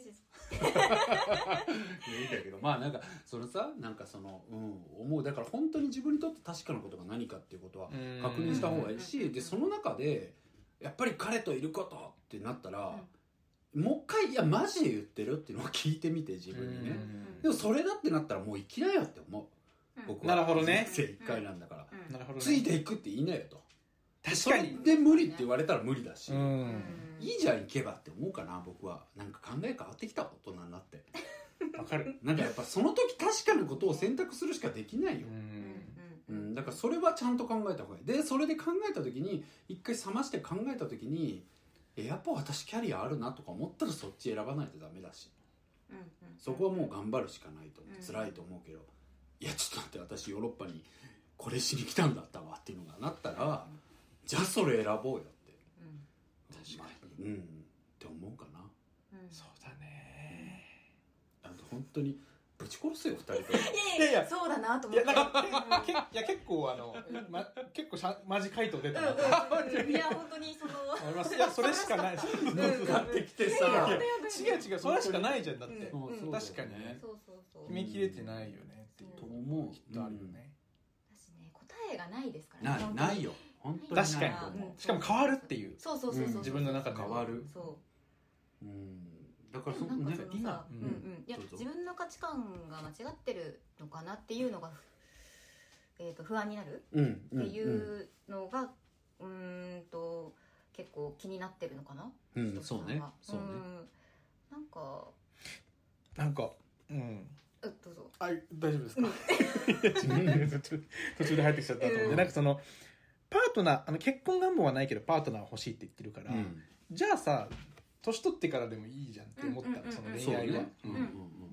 いだけどまあなんかそのさなんかその、うん、思うだから本当に自分にとって確かなことが何かっていうことは確認した方がいいしでその中でやっぱり彼といることってなったら、うん、もう一回いやマジで言ってるっていうのを聞いてみて自分にねでもそれだってなったらもう生きなよって思う、うん、僕はなるほどね人生一回なんだから、 うんなるほどね、 ついていくって言いなよと確かにそれで無理って言われたら無理だし、うん、いいじゃん行けばって思うかな僕はなんか考え変わってきた大人になってわかるなんかやっぱその時確かなことを選択するしかできないよ、うん、うん、だからそれはちゃんと考えた方がいいでそれで考えた時に一回冷まして考えた時にやっぱ私キャリアあるなとか思ったらそっち選ばないとダメだし、うんうん、そこはもう頑張るしかないと思う、うん、辛いと思うけどいやちょっと待って私ヨーロッパにこれしに来たんだったわっていうのがなったら、うん、じゃあそれ選ぼうよって、うん、確かに、うん、って思うかな、 うん、そうだねあと本当にぶち殺すよふたりといやいやそうだなと思っていやなんかけいや結構あの、ま、結構しゃマジ回答出たな、うんうん、いや本当にそのありますいやそれしかない買ってきてさ違う違うそれしかないじゃんだって、うんうん、確かにねそうそうそう決めきれてないよねっていうと思うきっとあるよね、 私ね答えがないですからねないないよ本当に確かに、うん、しかも変わるっていうそうそうそうそう、うん、 自分の中で変わるそううんだからそのなんかそのさ、 今、 うんうん、いや自分の価値観が間違ってるのかなっていうのが、えー、と不安になる、 うん、 っていうのがうーんと結構気になってるのかな、 うん、そうねそうね、うん、 なんかなんかうんどうぞ。 あ、大丈夫ですか、うん、途中で入ってきちゃったと思うんで、なんかそのパートナーあの結婚願望はないけどパートナー欲しいって言ってるから、うん、じゃあさ年取ってからでもいいじゃんって思ったの、うん、その恋愛は、ねうん、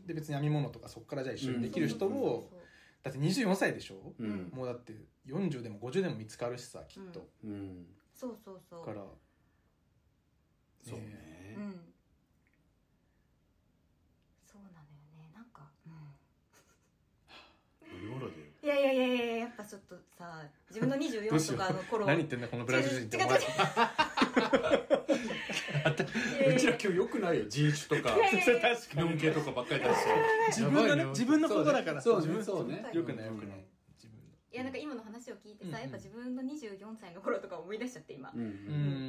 で別に編み物とかそこからじゃあ一緒にできる人を、うん、だってにじゅうよんさいでしょ、うん、もうだってよんじゅうでもごじゅうでも見つかるしさきっと、 うんうん、そうそうそうから、ね、 そうね、 うん、そうなのよねなんか、 うん、乗り物でいやいやいやいややっぱちょっとさ自分のにじゅうよんとかの頃何言ってんだこのブラジル人って思われてうちら今日良くないよ人種とかノン系とかばっかり出して自分のね自分のことだからそうねそうね良くない良くない自分のいやなんか今の話を聞いてさ、うんうん、やっぱ自分のにじゅうよんさいの頃とか思い出しちゃって今、うんうん、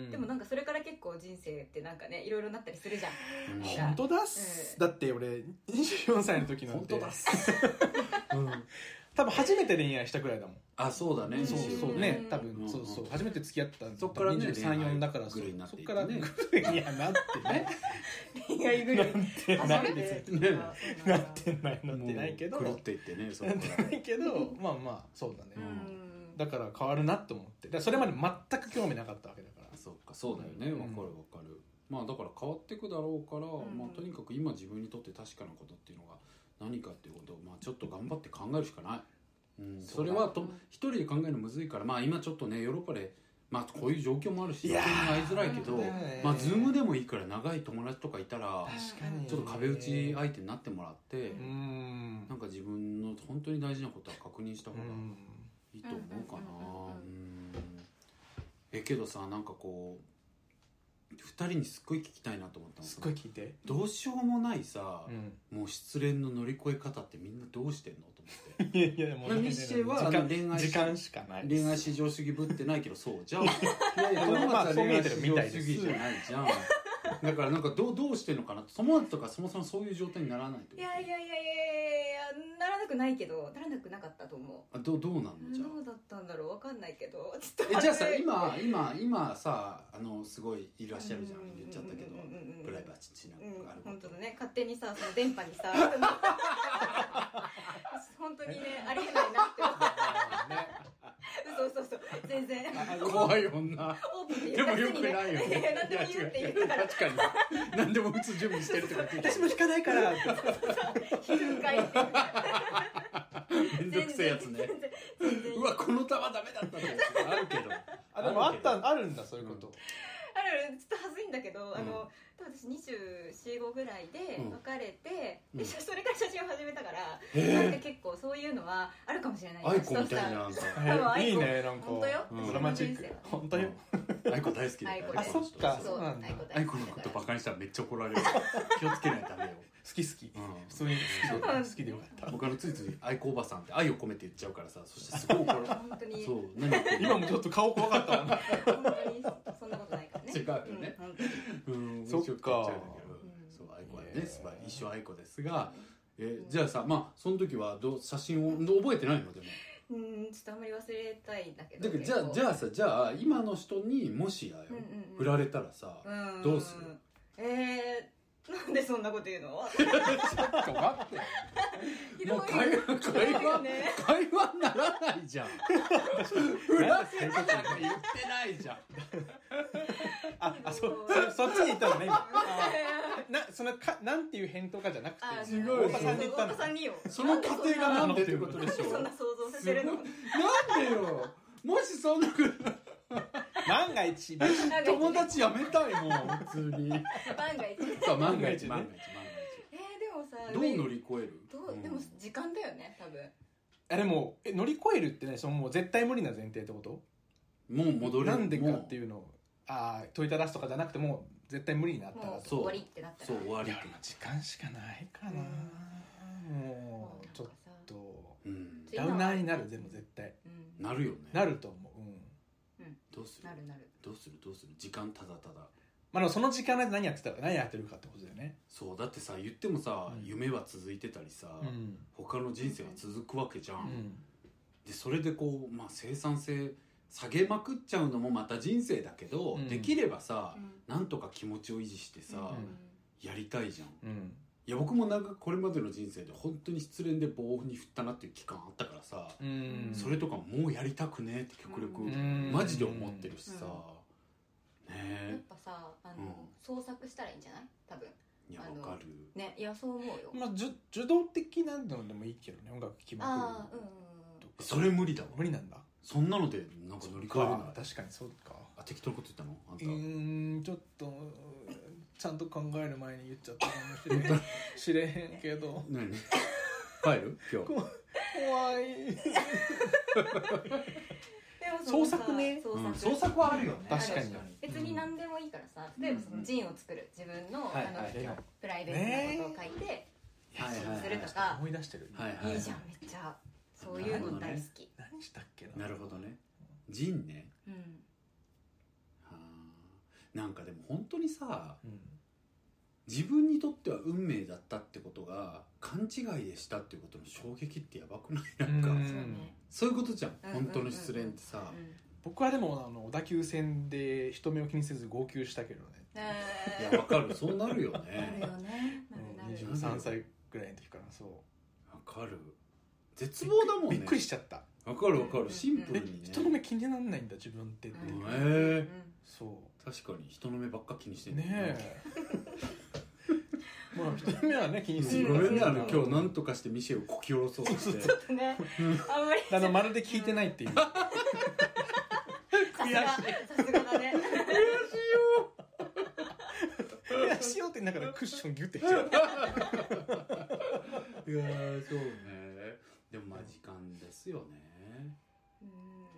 でもなんかそれから結構人生ってなんかねいろいろなったりするじゃん、 うん、本当だっす、うん、だって俺にじゅうよんさいの時なんて本当だっす、 うん多分初めて恋愛したくらいだもん。 あ、そうだね。 そうそうね。多分そうそう初めて付き合ったそっからねにじゅうさん、よんだからそっからねグルにはなってね。 恋愛グルなってないですね。なってないなってないけど。 狂っていってね。 なってないけどまあまあそうだね。だから変わるなと思って。だからそれまで全く興味なかったわけだから。 そうかそうだよね。わかるわかる。まあだから変わっていくだろうから、まあとにかく今自分にとって確かなことっていうのが。何かっていうことを、まあ、ちょっと頑張って考えるしかない、うん、それはと一人で考えるのむずいから、まあ、今ちょっとねヨーロッパで、まあ、こういう状況もあるし会いづらいけど、まあ、ズームでもいいから長い友達とかいたらちょっと壁打ち相手になってもらってうんなんか自分の本当に大事なことは確認した方がいいと思うかな。うんえけどさなんかこうふたりにすっごい聞きたいなと思ったの。 すっごい聞いて。 どうしようもないさ、うん、もう失恋の乗り越え方ってみんなどうしてんのと思って。 いやいやもうミッシェは恋愛時間しかない。 恋愛至上主義ぶってないけどそうじゃん。いやいや友達は恋愛至上主義じゃないじゃん。だからなんかどうどうしてんのかな。友達とかそもそもそういう状態にならないってこと。 いやいやいやいやいやならなくないけどならなくなかったと思う。 あどうどうなんのじゃあ。 どうだったんだろうわかんないけど。 えじゃあさ今今今さあのすごいいらっしゃるじゃん言っちゃったけどプライバシーなんかあること。 本当だね勝手にさその電波にさ本当にねありえないなって思った。嘘嘘嘘全然怖い女。 オープンででもよくないよね。 何でも言うって言ったから。 確かに何でも打つ準備してるとか言って私も引かないからって昼会ってめんどくせえやつね。うわこの球ダメだったとかあるけどあでもあったあるんだそういうこと。 あるあるちょっと恥ずいんだけど、うん、あの私にじゅうよん、ごぐらいで別れて、うん、でそれから写真を始めたから、うん、なんか結構そういうのはあるかもしれない。 アイコみたいな。 いいねなんか。 本当よ。 ドラマチック。本当よ。 アイコ大好きだから。 あそっかそうなんだ。 アイコのことバカにしたらめっちゃ怒られる。気をつけないとダメよ。 好き好き。普通に好きでよかった。 僕あのついついアイコおばさんって愛を込めて言っちゃうからさ、そしてすごい怒る。 本当に。 そう何言ってる。 今もちょっと顔怖かったもん。 本当にそんなことないからね。 違うよね。うんそっか。 そう愛子はね一生愛子ですが、えじゃあさまあその時はど写真を覚えてないのでも。 うんちょっとあんまり忘れたいんだけど。 だからじゃあじゃあさじゃあ今の人にもしやよ振られたらさどうする？ えーなんでそんなこと言うの？ ちょっと待ってもう会話会話会話にならないじゃん。振らせたなんか言ってないじゃん。 ああそそっちに行ったのね今。なそのかなんていう返答かじゃなくてすごい太田さんに言ったの。 その過程がなんでってことでしょ。 そんな想像させるの。 なんでよ。もしそんな万が一友達やめたいもん普通に。 万が一。 そう万が一万が一万が一。 えーでもさどう乗り越える？ どうでも時間だよね多分。 あでもえ乗り越えるってねそのもう絶対無理な前提ってこと？ もう戻れる。 なんでかっていうのをああ問いただすとかじゃなくてもう絶対無理になったら終わりってなったら。 そう終わり。 時間しかないかな。もうちょっとダウナーになるでも絶対。 なるよね。 なると思う。 どうする？ なるなる。 どうするどうする時間ただただ。 まあその時間で何やってたか何やってるかってことだよね。 そうだってさ言ってもさ、 うん、 夢は続いてたりさ、 うん、 他の人生は続くわけじゃん、 うん、 でそれでこう、まあ、生産性下げまくっちゃうのもまた人生だけど、うん、できればさ、うん、なんとか気持ちを維持してさ、うん、やりたいじゃん、うん、いや僕もなんかこれまでの人生で本当に失恋で棒に振ったなっていう期間あったからさ、うん、それとかもうやりたくねえって極力、うん、マジで思ってるしさ、うん、ねえやっぱさあの、うん、創作したらいいんじゃない多分。 いやわかるね、いやそう思うよ。 まあ受動的なのでもいいけどね、音楽聴きまくる。あ、うんうん、 それ無理だわ。 無理なんだ。 そんなのでなんか乗り換えれない。 確かにそうか。 あ、適当なこと言ったのあんた。 うーん、ちょっとちゃんと考える前に言っちゃったかもしれん知れへんけど。 何帰る今日。 怖い創作ね。 創作、うん、創作はあるよね。 確かに。 別に何でもいいからさ、例えばそのジンを作る、自分の、はいはい、あのプライベートなことを書いて発信するとか、 思い出してる。 はいはい、いいじゃんめっちゃ。そういうの大好き。 何したっけな。 なるほどね。ジンね。うん。はあ。なんかでも本当にさ、うん、自分にとっては運命だったってことが勘違いでしたっていうことの衝撃ってやばくない？なんか、うん、そういうことじゃん、うん、本当の失恋ってさ、うんうんうん、 僕はでもあの小田急線で人目を気にせず号泣したけどね。 いやわかる、そうなるよね。 なるよね。 なるなる。にじゅうさんさいぐらいの時からそう。 わかる。絶望だもんね。 びっくりしちゃった。 わかるわかる。シンプルにね。 人の目気にならないんだ自分ってって。 へえ。 そう。 確かに人の目ばっか気にしてるねえ。まあ人の目はね気にする。 ごめんね、あの今日なんとかしてミシェルをこき下ろそうとして。ちょっとね。 あんまり。 あのまるで聞いてないっていう。悔しい。 さすがだね。 悔しいよってだからクッションギュッてしちゃう。 いやーそうね。でもまあ時間ですよね。うん。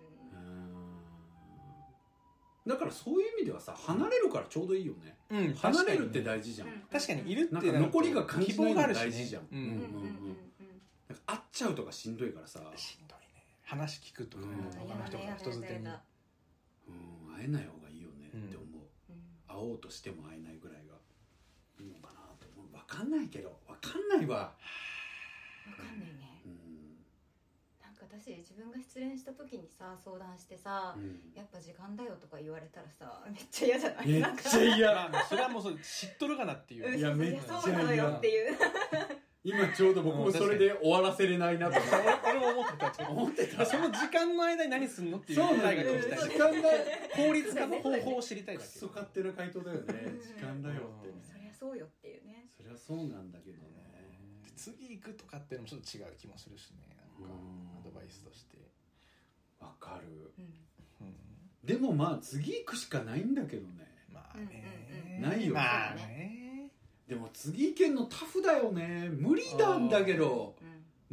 だからそういう意味ではさ、離れるからちょうどいいよね。うん。離れるって大事じゃん。 確かにいるってなんか残りが感じないの大事じゃん。 うんうんうん。 会っちゃうとかしんどいからさ。 しんどいね。話聞くとかね。他の人から人づてに。うん、 会えない方がいいよねって思う。会おうとしても会えないぐらいがいいのかなと思う。分かんないけど分かんないわ。 分かんないね、うん、なんか私自分が失恋した時にさ相談してさ、うん、やっぱ時間だよとか言われたらさめっちゃ嫌じゃない？ めっちゃ嫌。 それはもうそれ知っとるかなっていう。 いやめっちゃ嫌よっていう今ちょうど僕もそれで終わらせれないなと思って俺も思ってた思ってたその時間の間に何すんのっていう答えが聞きたい。時間が効率化の方法を知りたいだけ。 クソ勝手な回答だよね。時間だよってね。 そりゃそうよっていうね。 そりゃそうなんだけどね。 次行くとかっていうのもちょっと違う気もするしね。なんかアドバイスとしてわかる、うんうん、でもまあ次行くしかないんだけどね。 まあね、 ないよ、 まあね。 でも次行けんのタフだよね。無理なんだけど、うん、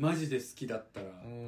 マジで好きだったら、うん、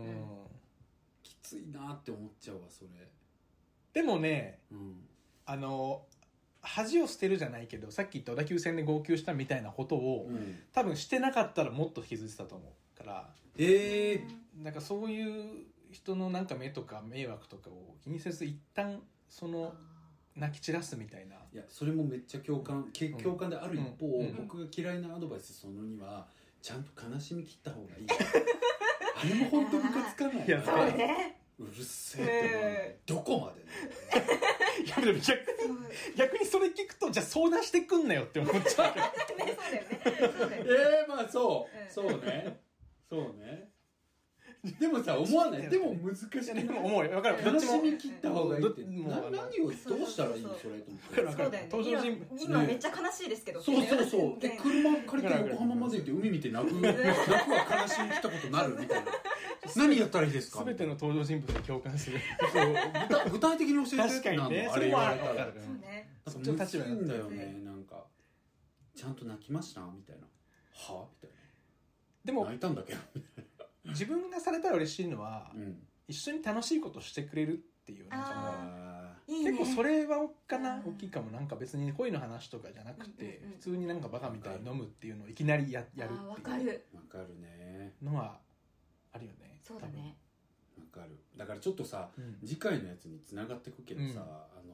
きついなって思っちゃうわそれ。 でもね、うん、あの恥を捨てるじゃないけどさっき言った小田急線で号泣したみたいなことを、うん、多分してなかったらもっと引きずってたと思うから。 えー、なんかそういう人のなんか目とか迷惑とかを気にせず一旦その泣き散らすみたいな。 いやそれもめっちゃ共感、共感である一方、うんうん、僕が嫌いなアドバイスそのにはちゃんと悲しみ切った方がいいあれも本当ムカつかない。いやそうね、 うるせえって思う。どこまでねいやでも 逆, 逆にそれ聞くとじゃあ相談してくんなよって思っちゃうからね、そうだよね、そうだよね。 えー、まあそう、うん、そうねそうね。でもさ思わない。でも難しい。 でも思うよ。分かる。 悲しみ切った方がいいってな何をどうしたらいいのそれと思って。 分かる分かる。登場人物今めっちゃ悲しいですけど。 そうそうそう。で車借りて横浜まで行って海見て泣く泣くは悲しみ切ったことなるみたいな。何やったらいいですか。 全ての登場人物に共感する。 そう具体的に教えて。 確かにね。 あれ言われたら。 そうね。 そっちの立場なんだよね。なんかちゃんと泣きましたみたいな。はみたいな。 でも泣いたんだけど。 自分がされたら嬉しいのは、うん、一緒に楽しいことしてくれるっていうなんかもう結構それはかな大きいかも。なんか別に恋の話とかじゃなくて、うんうんうん、普通になんかバカみたいに飲むっていうのをいきなり や, やるっていうわかるわかるねのはあるよね。 そうだねわかる。だからちょっとさ、うん、次回のやつに繋がってくけどさ、うん、あの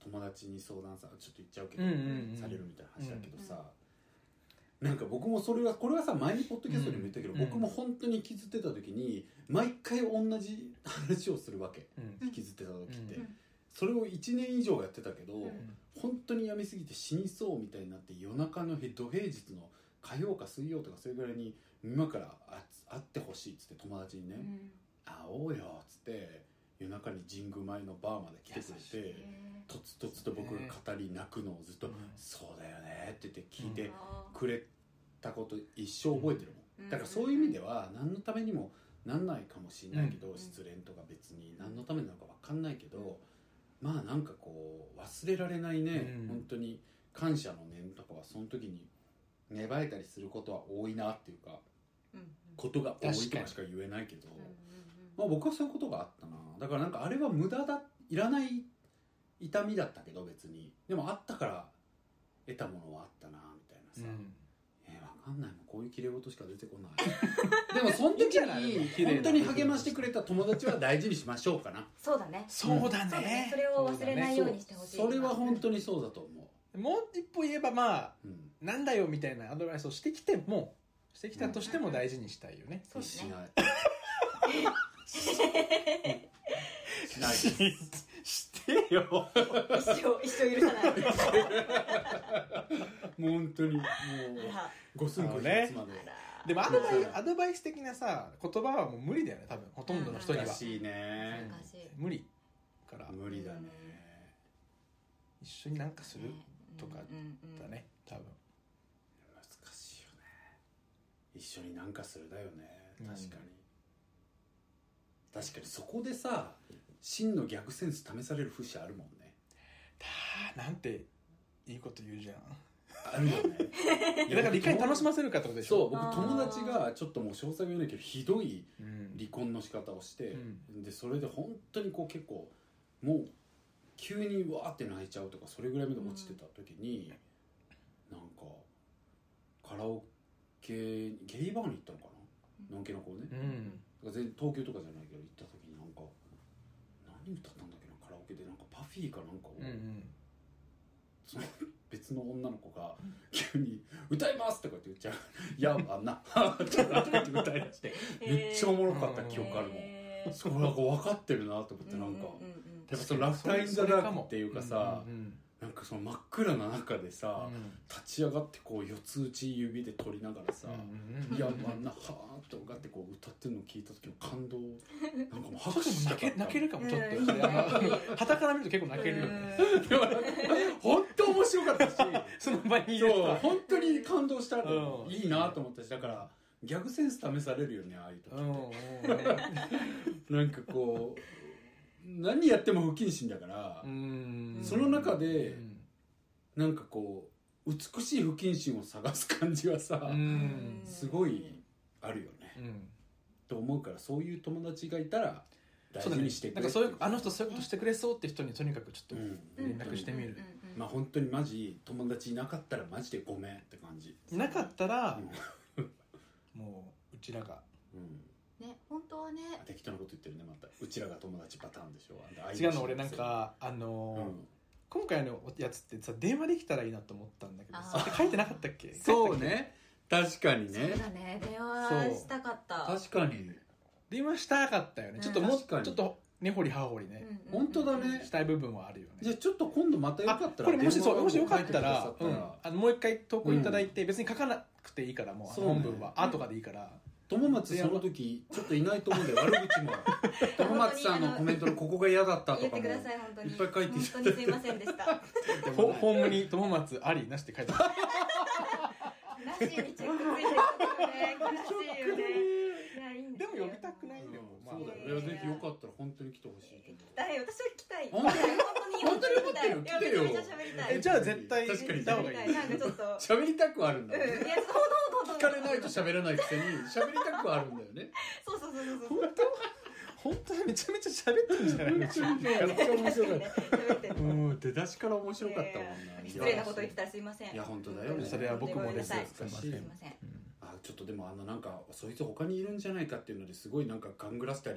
友達に相談さちょっと言っちゃうけど、 うんうんうん、 されるみたいな話だけどさ、うん、なんか僕もそれはこれはさ前にポッドキャストでも言ったけど、うん、僕も本当に引きずってた時に毎回同じ話をするわけ、うん、引きずってた時って、うん、それをいちねん以上やってたけど、うん、本当にやみすぎて死にそうみたいになって夜中の土平日の火曜か水曜とかそれぐらいに今から会ってほしいっつって友達にね、うん、会おうよっつって夜中に神宮前のバーまで来てくれてとつとつと僕が語り泣くのをずっと、うん、そうだよねって言って聞いてくれたこと一生覚えてるもん、だからそういう意味では何のためにもなんないかもしれないけど、うん、失恋とか別に何のためなのか分かんないけど、まあなんかこう忘れられないね、うん、本当に感謝の念とかはその時に芽生えたりすることは多いなっていうか、うん、ことが多いとかしか言えないけど、まあ、僕はそういうことがあったな。だからなんかあれは無駄だいらない痛みだったけど別にでもあったから得たものはあったなみたいなさ、うん、えー、分かんないもんこういう綺麗事しか出てこないでもその時に本当に励ましてくれた友達は大事にしましょうかなそうだねそうだね、 そうだね、それを忘れないようにしてほしい、 それは本当にそうだと思う。 もう一歩言えばまあ、うん、なんだよみたいなアドバイスをしてきてもしてきたとしても大事にしたいよね、 うん、そうですねしないしてよ一生一生許さないもう本当にもうごすんこねでもアドバイ、アドバイス的なさ言葉はもう無理だよね多分ほとんどの人には難しいね無理から無理だね一緒になんかするとかだね多分難しいよね一緒になんかするだよね確かに、うん、確かにそこでさ真のギャグセンス試される節あるもんね。 だなんていいこと言うじゃんあるよねいやだからいかに楽しませるかってことでしょ。 そう僕友達がちょっともう詳細は言えないけどひどい離婚の仕方をして、うん、でそれで本当にこう結構もう急にわーって泣いちゃうとかそれぐらいまで落ちてた時に、うん、なんかカラオケゲイバーに行ったのかな、のんけの子ね、うん、全然東京とかじゃないけど行った時になんか何歌ったんだっけなカラオケでなんかパフィーかなんかを、うんうん、その別の女の子が急に歌いますとかって言っちゃういやあんなとかって歌い出してめっちゃおもろかった記憶あるもん、えー、それなんか分かってるなと思ってなんか、うんうんうん、やっぱそのラフターインザダークっていうかさ、うんうんうん、なんかその真っ暗な中でさ、うん、立ち上がってこう四つ打ち指で取りながらさ、うんうん、いやあんなはーっとかってこう歌ってるのを聞いた時の感動なんかもう拍手したかった泣けるかもちょっとはたから見ると結構泣けるよね本当面白かったしその場にいるそう本当に感動したの、うん、いいなと思ったしだからギャグセンス試されるよねああいう時ってなんかこう何やっても不謹慎だからうんその中でなんかこう美しい不謹慎を探す感じはさすごいあるよね、うん、と思うからそういう友達がいたら大事にしてくれ、 ね、なんかそういうあの人そういうことしてくれそうって人にとにかくちょっと連絡してみる、 うんうん、まあ本当にマジ友達いなかったらマジでごめんって感じいなかったら、うん、もううちらが、 うんね、本当はね適当なこと言ってるねまたうちらが友達パターンでしょ違うの俺なんかあのーうん、今回のやつってさ電話できたらいいなと思ったんだけどさ書いてなかったっけそうね確かにねそうだね電話したかった確かに電話したかったよね、うん、ちょっともうちょっと根掘り葉掘りね、 うんうん、本当だねしたい部分はあるよねじゃあちょっと今度またよかったらこれもしそうもしよかったら、うん、あのもう一回投稿いただいて、うん、別に書かなくていいからもう、ね、本文は後とかでいいから友松その時ちょっといないと思うんで悪口も友松さんのコメントのここが嫌だったとかもいっぱい書いていただいて本当にすいませんでしたホームに友松ありなしって書いてあるなしにチェックついてるよね悲しいよねでも呼びたくないでも、 まあ、そうだよ、ぜひよかったら本当に来てほしいけど私は来たい本当に本当に来たい来てよめちゃめちゃ喋りたいじゃあ絶対確かにた方がいいなんかちょっと喋りたくはあるんだよ、ね、 うん、いやそうそうそう聞かれないと喋らないくせに喋りたくはあるんだよねそうそうそうそう本当本当にめちゃめちゃ喋ってるんじゃないのめっちゃ面白かったうん出だしから面白かったもんな失礼なこと言ってたらすいませんいや本当だよねそれは僕もですすいませんあちょっとでもあのなんかそいつ他にいるんじゃないかっていうのですごいなんかガングラしたり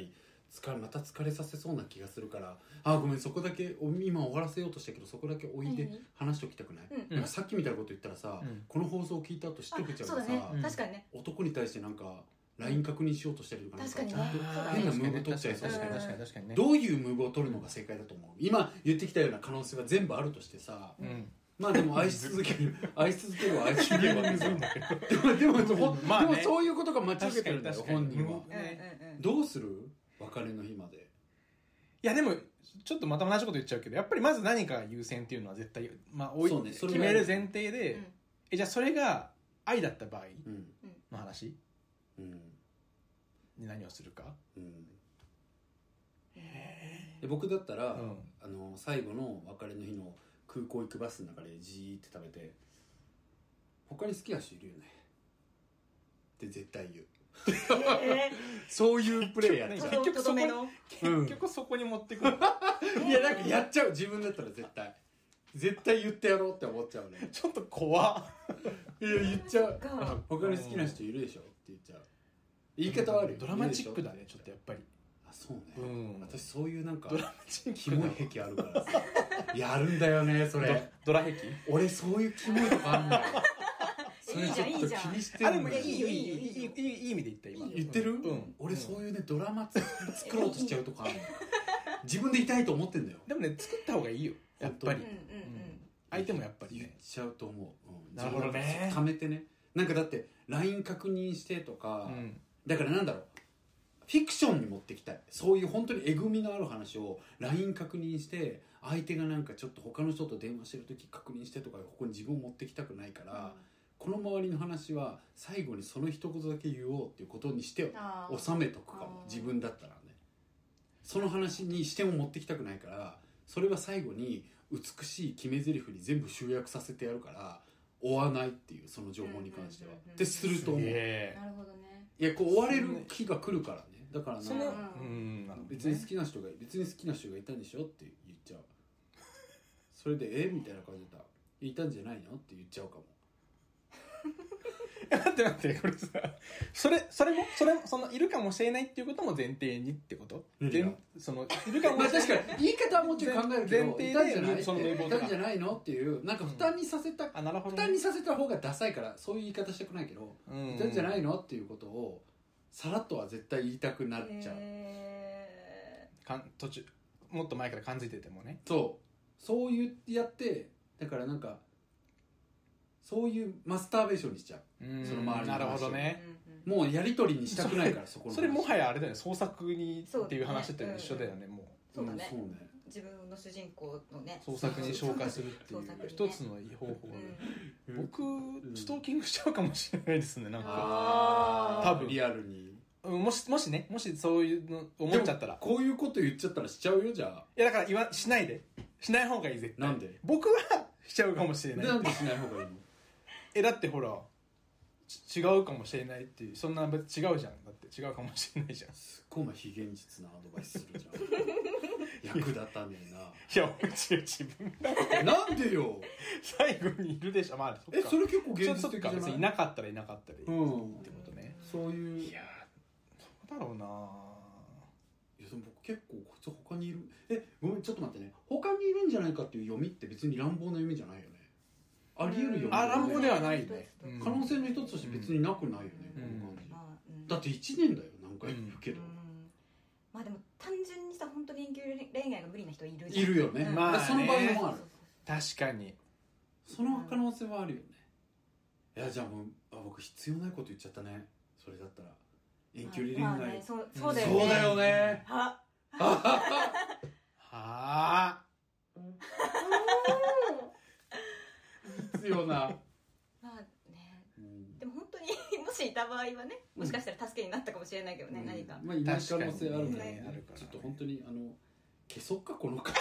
疲れまた疲れさせそうな気がするから、あごめんそこだけ今終わらせようとしたけどそこだけ置いて話しておきたくない、うん、なんかさっきみたいなこと言ったらさ、うん、この放送を聞いた後知っておけちゃうからさ、 ね、確かにね、 男に対してなんか ライン 確認しようとしてるとか、なんか確かにね、 変なムーブ取っちゃいそうだ確かに確かにね、 どういうムーブを取るのが正解だと思う？今言ってきたような可能性は全部あるとしてさ、うん、まあでも愛し続ける愛し続けるは愛し続けるわけじゃん。でもでも、まあね、でもそういうことが待ち受けてるんだよ本人は、ね、どうする？別れの日まで。 いやでもちょっとまた同じこと言っちゃうけど、やっぱりまず何か優先っていうのは絶対、まあおい、ね、決める前提で、うん、えじゃあそれが愛だった場合の話、うん、に何をするか、うん、 へで僕だったら、うん、あの最後の別れの日の空港行くバスの中でじーって食べて、他に好きな人いるよねって絶対言う。えー、そういうプレーやっちゃう。 結局そこ、結局そこに持ってくる。 いやなんかやっちゃう、自分だったら絶対絶対言ってやろうって思っちゃうね。 ちょっと怖っ。 いや言っちゃう。他に好きな人いるでしょって言っちゃう。言い方悪い。 ドラマチックだねちょっとやっぱり。 あそうね、うん、私そういうなんかドラマチックキモい癖あるからさやるんだよねそれ。 ドラ壁？ 俺そういうキモいとかあんのよ。それちょっと気にしてる。 あれもいいいいいいいいい意味で言った今。 言ってる？うん。俺そういうねドラマ作ろうとしちゃうとかあるの。自分でいたいと思ってんだよ。 でもね作った方がいいよやっぱり。相手もやっぱり言っちゃうと思う。 なるほどね。 溜めてね。なんかだって ライン 確認してとか、だからなんだろう。フィクションに持ってきたい。そういう本当にえぐみのある話を ライン 確認して相手がなんかちょっと他の人と電話してる時確認してとかここに自分を持ってきたくないから、この周りの話は最後にその一言だけ言おうっていうことにして収めとくかも。自分だったらねその話にしても持ってきたくないから、それは最後に美しい決め台詞に全部集約させてやるから追わないっていう、その情報に関してはってすると思う。なるほどね。 いやこう追われる日が来るからね。だからな、うん別に好きな人が別に好きな人がいたんでしょって言っちゃう。それでえみたいな感じだった。いたんじゃないのって言っちゃうかも。 待って待ってこれさ、それそれもそれもそのいるかもしれないっていうことも前提にってこと？そのいるかもしれない。まあ確かに言い方はもちろん考えるけど、前提でいたんじゃないそのいたんじゃないのっていうなんか負担にさせた、うん、あなるほどね、負担にさせた方がダサいからそういう言い方したくないけど、うん、いたんじゃないのっていうことをさらっとは絶対言いたくなっちゃう。 えー、かん途中もっと前から感じててもね。 そうそういうやってだからなんか。そういうマスターベーションにしちゃう。その周りの話。 なるほどね。 もうやり取りにしたくないからそこの。 それもはやあれだよね。創作にっていう話って一緒だよね。もう。 そうだね。自分の主人公のね。 創作に紹介するっていう一つの方法で。僕ストーキングしちゃうかもしれないですね。なんか。多分リアルに。 もしもしねもしそういうの思っちゃったら。 こういうこと言っちゃったらしちゃうよじゃあ。 いやだから言わしないで。しない方がいい絶対。 なんで？ 僕はしちゃうかもしれない。 なんでしない方がいいの？ えだってほら違うかもしれないっていう、そんな別違うじゃん。だって違うかもしれないじゃん。 すっごい非現実なアドバイスするじゃん。役立たねえな。 いや自分だなんでよ。 最後にいるでしょ。まあそっか。えそれ結構現実的じゃない？ いなかったらいなかったらいいってことね、 うん、そういう。 いやそうだろうな。 いやでも僕結構こいつ他にいる。えごめんちょっと待ってね。他にいるんじゃないかっていう読みって別に乱暴な読みじゃないよね。あり得るよね。 あ乱暴ではないね。 可能性の一つとして別になくないよね、うん、この感じ、うん、だっていちねんだよ何回言うけど、うん、 まあでも単純にさ本当に遠距離恋愛が無理な人いるじゃん。 いるよね、うん、まあね、その場合もある。 確かにその可能性はあるよね。いやじゃあもうあ僕必要ないこと言っちゃったね。それだったら遠距離恋愛、まあね、 そう、そうだよね。 そうだよね。 ははあ必要な。 まあね、うん、でも本当にもしいた場合はね、もしかしたら助けになったかもしれないけどね、うん、何か。 まあいない可能性あるね。あるから。ちょっと本当にあの消そうかこの回。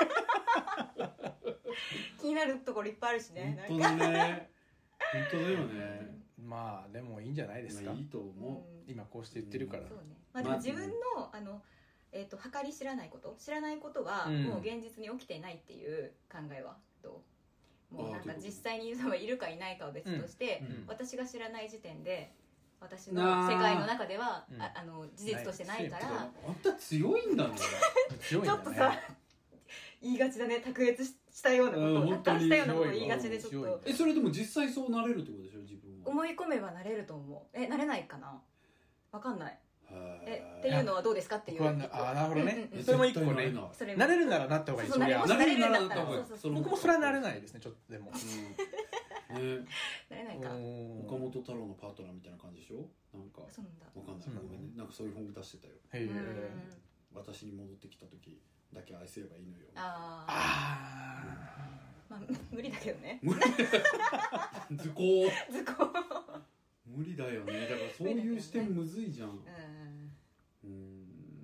気になるところいっぱいあるしね。 本当だね。本当だよね。 まあでもいいんじゃないですか。 まあ、いいと思う、 うん。今こうして言ってるから。 そうね。まあでも自分のあの。えー、と計り知らないこと知らないことはもう現実に起きていないっていう考えはどう？もうなんか実際にいるかいないかは別として、うんうん、私が知らない時点で私の世界の中では、うん、ああの事実としてないから。 あんた強いんだね。 強いんだね。ちょっとさ言いがちだね、卓越したようなことを達したようなことを言いがちでちょっと。 えそれでも実際そうなれるってことでしょ自分は。 思い込めばなれると思う。えなれないかな。わかんない。えっていうのはどうですかっていう。 ああなるほどね。それも一個ね。なれるならなった方がいい。 それはなれるならなった方がいい。 僕もそれはなれないですねちょっとでも。 ね、 なれないか。 岡本太郎のパートナーみたいな感じでしょ。なんかそうなんだ。 わかんないごめんね。なんかそういう本出してたよ。へえ。私に戻ってきた時だけ愛せればいいのよ。ああ。まあ無理だけどね。 図工。 図工。 無理だよね。だからそういう視点むずいじゃん。うん。うん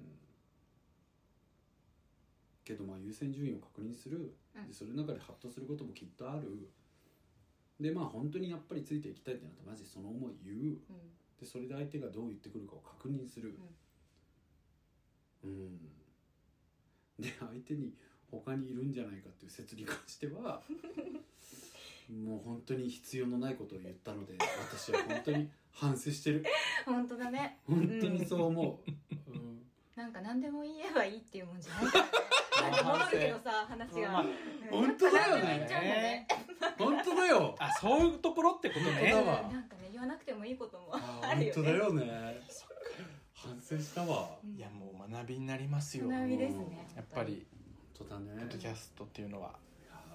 けどまあ優先順位を確認する。でそれの中でハッとすることもきっとある。でまあ本当にやっぱりついていきたいってなったらマジその思い言う。うん、でそれで相手がどう言ってくるかを確認する。うん。うん、で相手に他にいるんじゃないかっていう説に関しては。もう本当に必要のないことを言ったので私は本当に反省してる。 本当だね。 本当にそう思う、うん、 なんか何でも言えばいいっていうもんじゃないからね。戻るけどさ話が、まあ、 本当だよね。本当だよ。 あそういうところってことね。 なんかね言わなくてもいいこともあるよね。 本当だよね。反省したわ。 いやもう学びになりますよ。 学びですね。 やっぱり本当だね。 ポッドキャストっていうのは。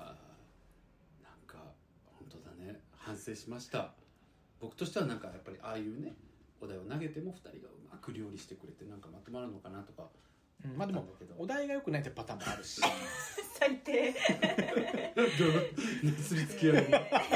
本当だね。反省しました。僕としてはなんかやっぱりああいうねお題を投げてもふたりがうまく料理してくれてなんかまとまるのかなとか、 うん、まあでもお題が良くないってパターンもあるし最低なすりつきやる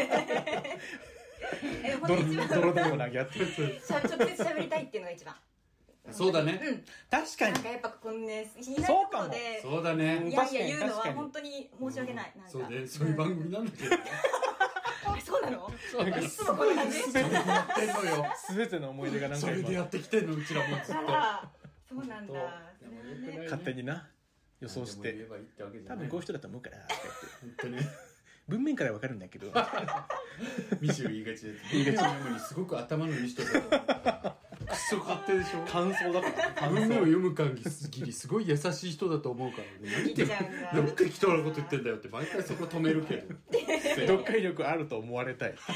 ドロドロ投げ合ってる直接喋りたいっていうのが一番。 そうだね、 うん、 確かになんかやっぱこのね言いないことでそうだねいやいや言うのは本当に申し訳ない、うん、なんかそうねそういう番組なんだけどねそうなの？いつもこんな感じ？ 全てやってんのよ。 全ての思い出がなんかそれでやってきてんのうちらもずっと。 そうなんだ。 勝手にな予想して。多分こういう人だと思うから。 本当ね。 文面からわかるんだけど。 ミシュ言いがちです。言いがちなのにすごく頭のいい人だと思ったら。クソ勝手でしょ。 感想だから文面を読む限りすごい優しい人だと思うからね。何て何て適当なこと言ってんだよって毎回そこ止めるけど読解力あると思われたい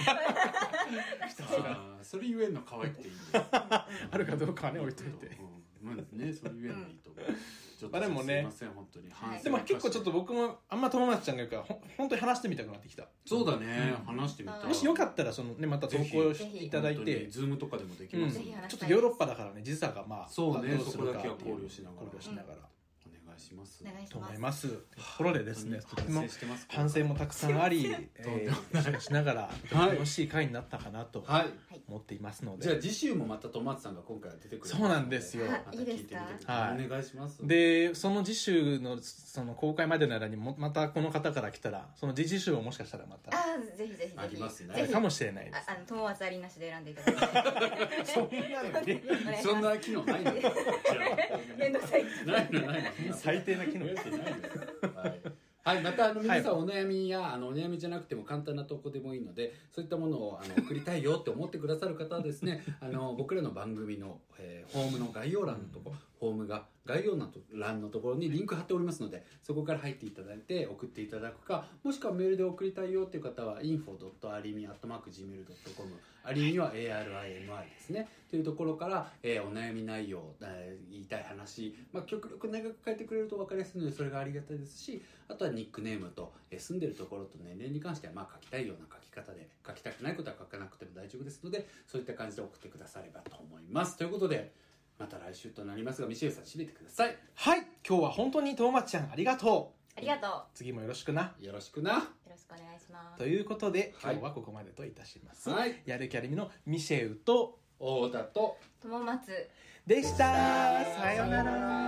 あそれ言えんの可愛くていいあるかどうかはね置いといて、 うん、まあねそれ言えんのいいと思う、ちょっとまあでもね、 すいません本当に反省でも結構ちょっと僕もあんま友達ちゃんが言うからほ本当に話してみたくなってきた。 そうだね、うん、話してみたい。 もしよかったらそのねまた投稿していただいて、 ズームとかでもできます、 うん、ちょっとヨーロッパだからね時差がまあそうねそこだけは考慮しながら考慮しながら、 うん、お願いしますと思います。ところでですね、とても反省してますか？ 反省もたくさんあり、えー、しながら楽しい回になったかなと思っていますので、 じゃあ次週もまたトマツさんが今回は出てくれる。 そうなんですよ。 また聞いてみてください。お願いします。 でその次週のその公開までの間にもまたこの方から来たらその次次週をもしかしたらまたあぜひぜひぜひありますね。 あるかもしれないです。 あの友達ありなしで選んでいただいてそんなのそんな機能ないの？ めんどくさい。 ないのないの。 最低な機能ないの。はい。はい、またあの皆さんお悩みや、はい、あのお悩みじゃなくても簡単な投稿でもいいのでそういったものをあの送りたいよって思ってくださる方はですねあの僕らの番組の、えー、ホームの概要欄のところ、ホームが概要欄のところにリンク貼っておりますのでそこから入っていただいて送っていただくかもしくはメールで送りたいよっていう方は インフォドットアリミアットマークジーメールドットコム アリミは エーアールアイエムアイ ですねというところから、えー、お悩み内容、えー、言いたい話、まあ、極力長く書いてくれると分かりやすいのでそれがありがたいですしあとはニックネームと、えー、住んでるところと年齢に関してはまあ書きたいような書き方で書きたくないことは書かなくても大丈夫ですのでそういった感じで送ってくださればと思いますということでまた来週となりますがミシェルさん締めてください。 はい、今日は本当にともまちゃんありがとう。ありがとう。 次もよろしくな。 よろしくな。 よろしくお願いします。 ということで今日はここまでといたします。 はい、 やる気ありみのミシェウと太田と友松でした。さようなら。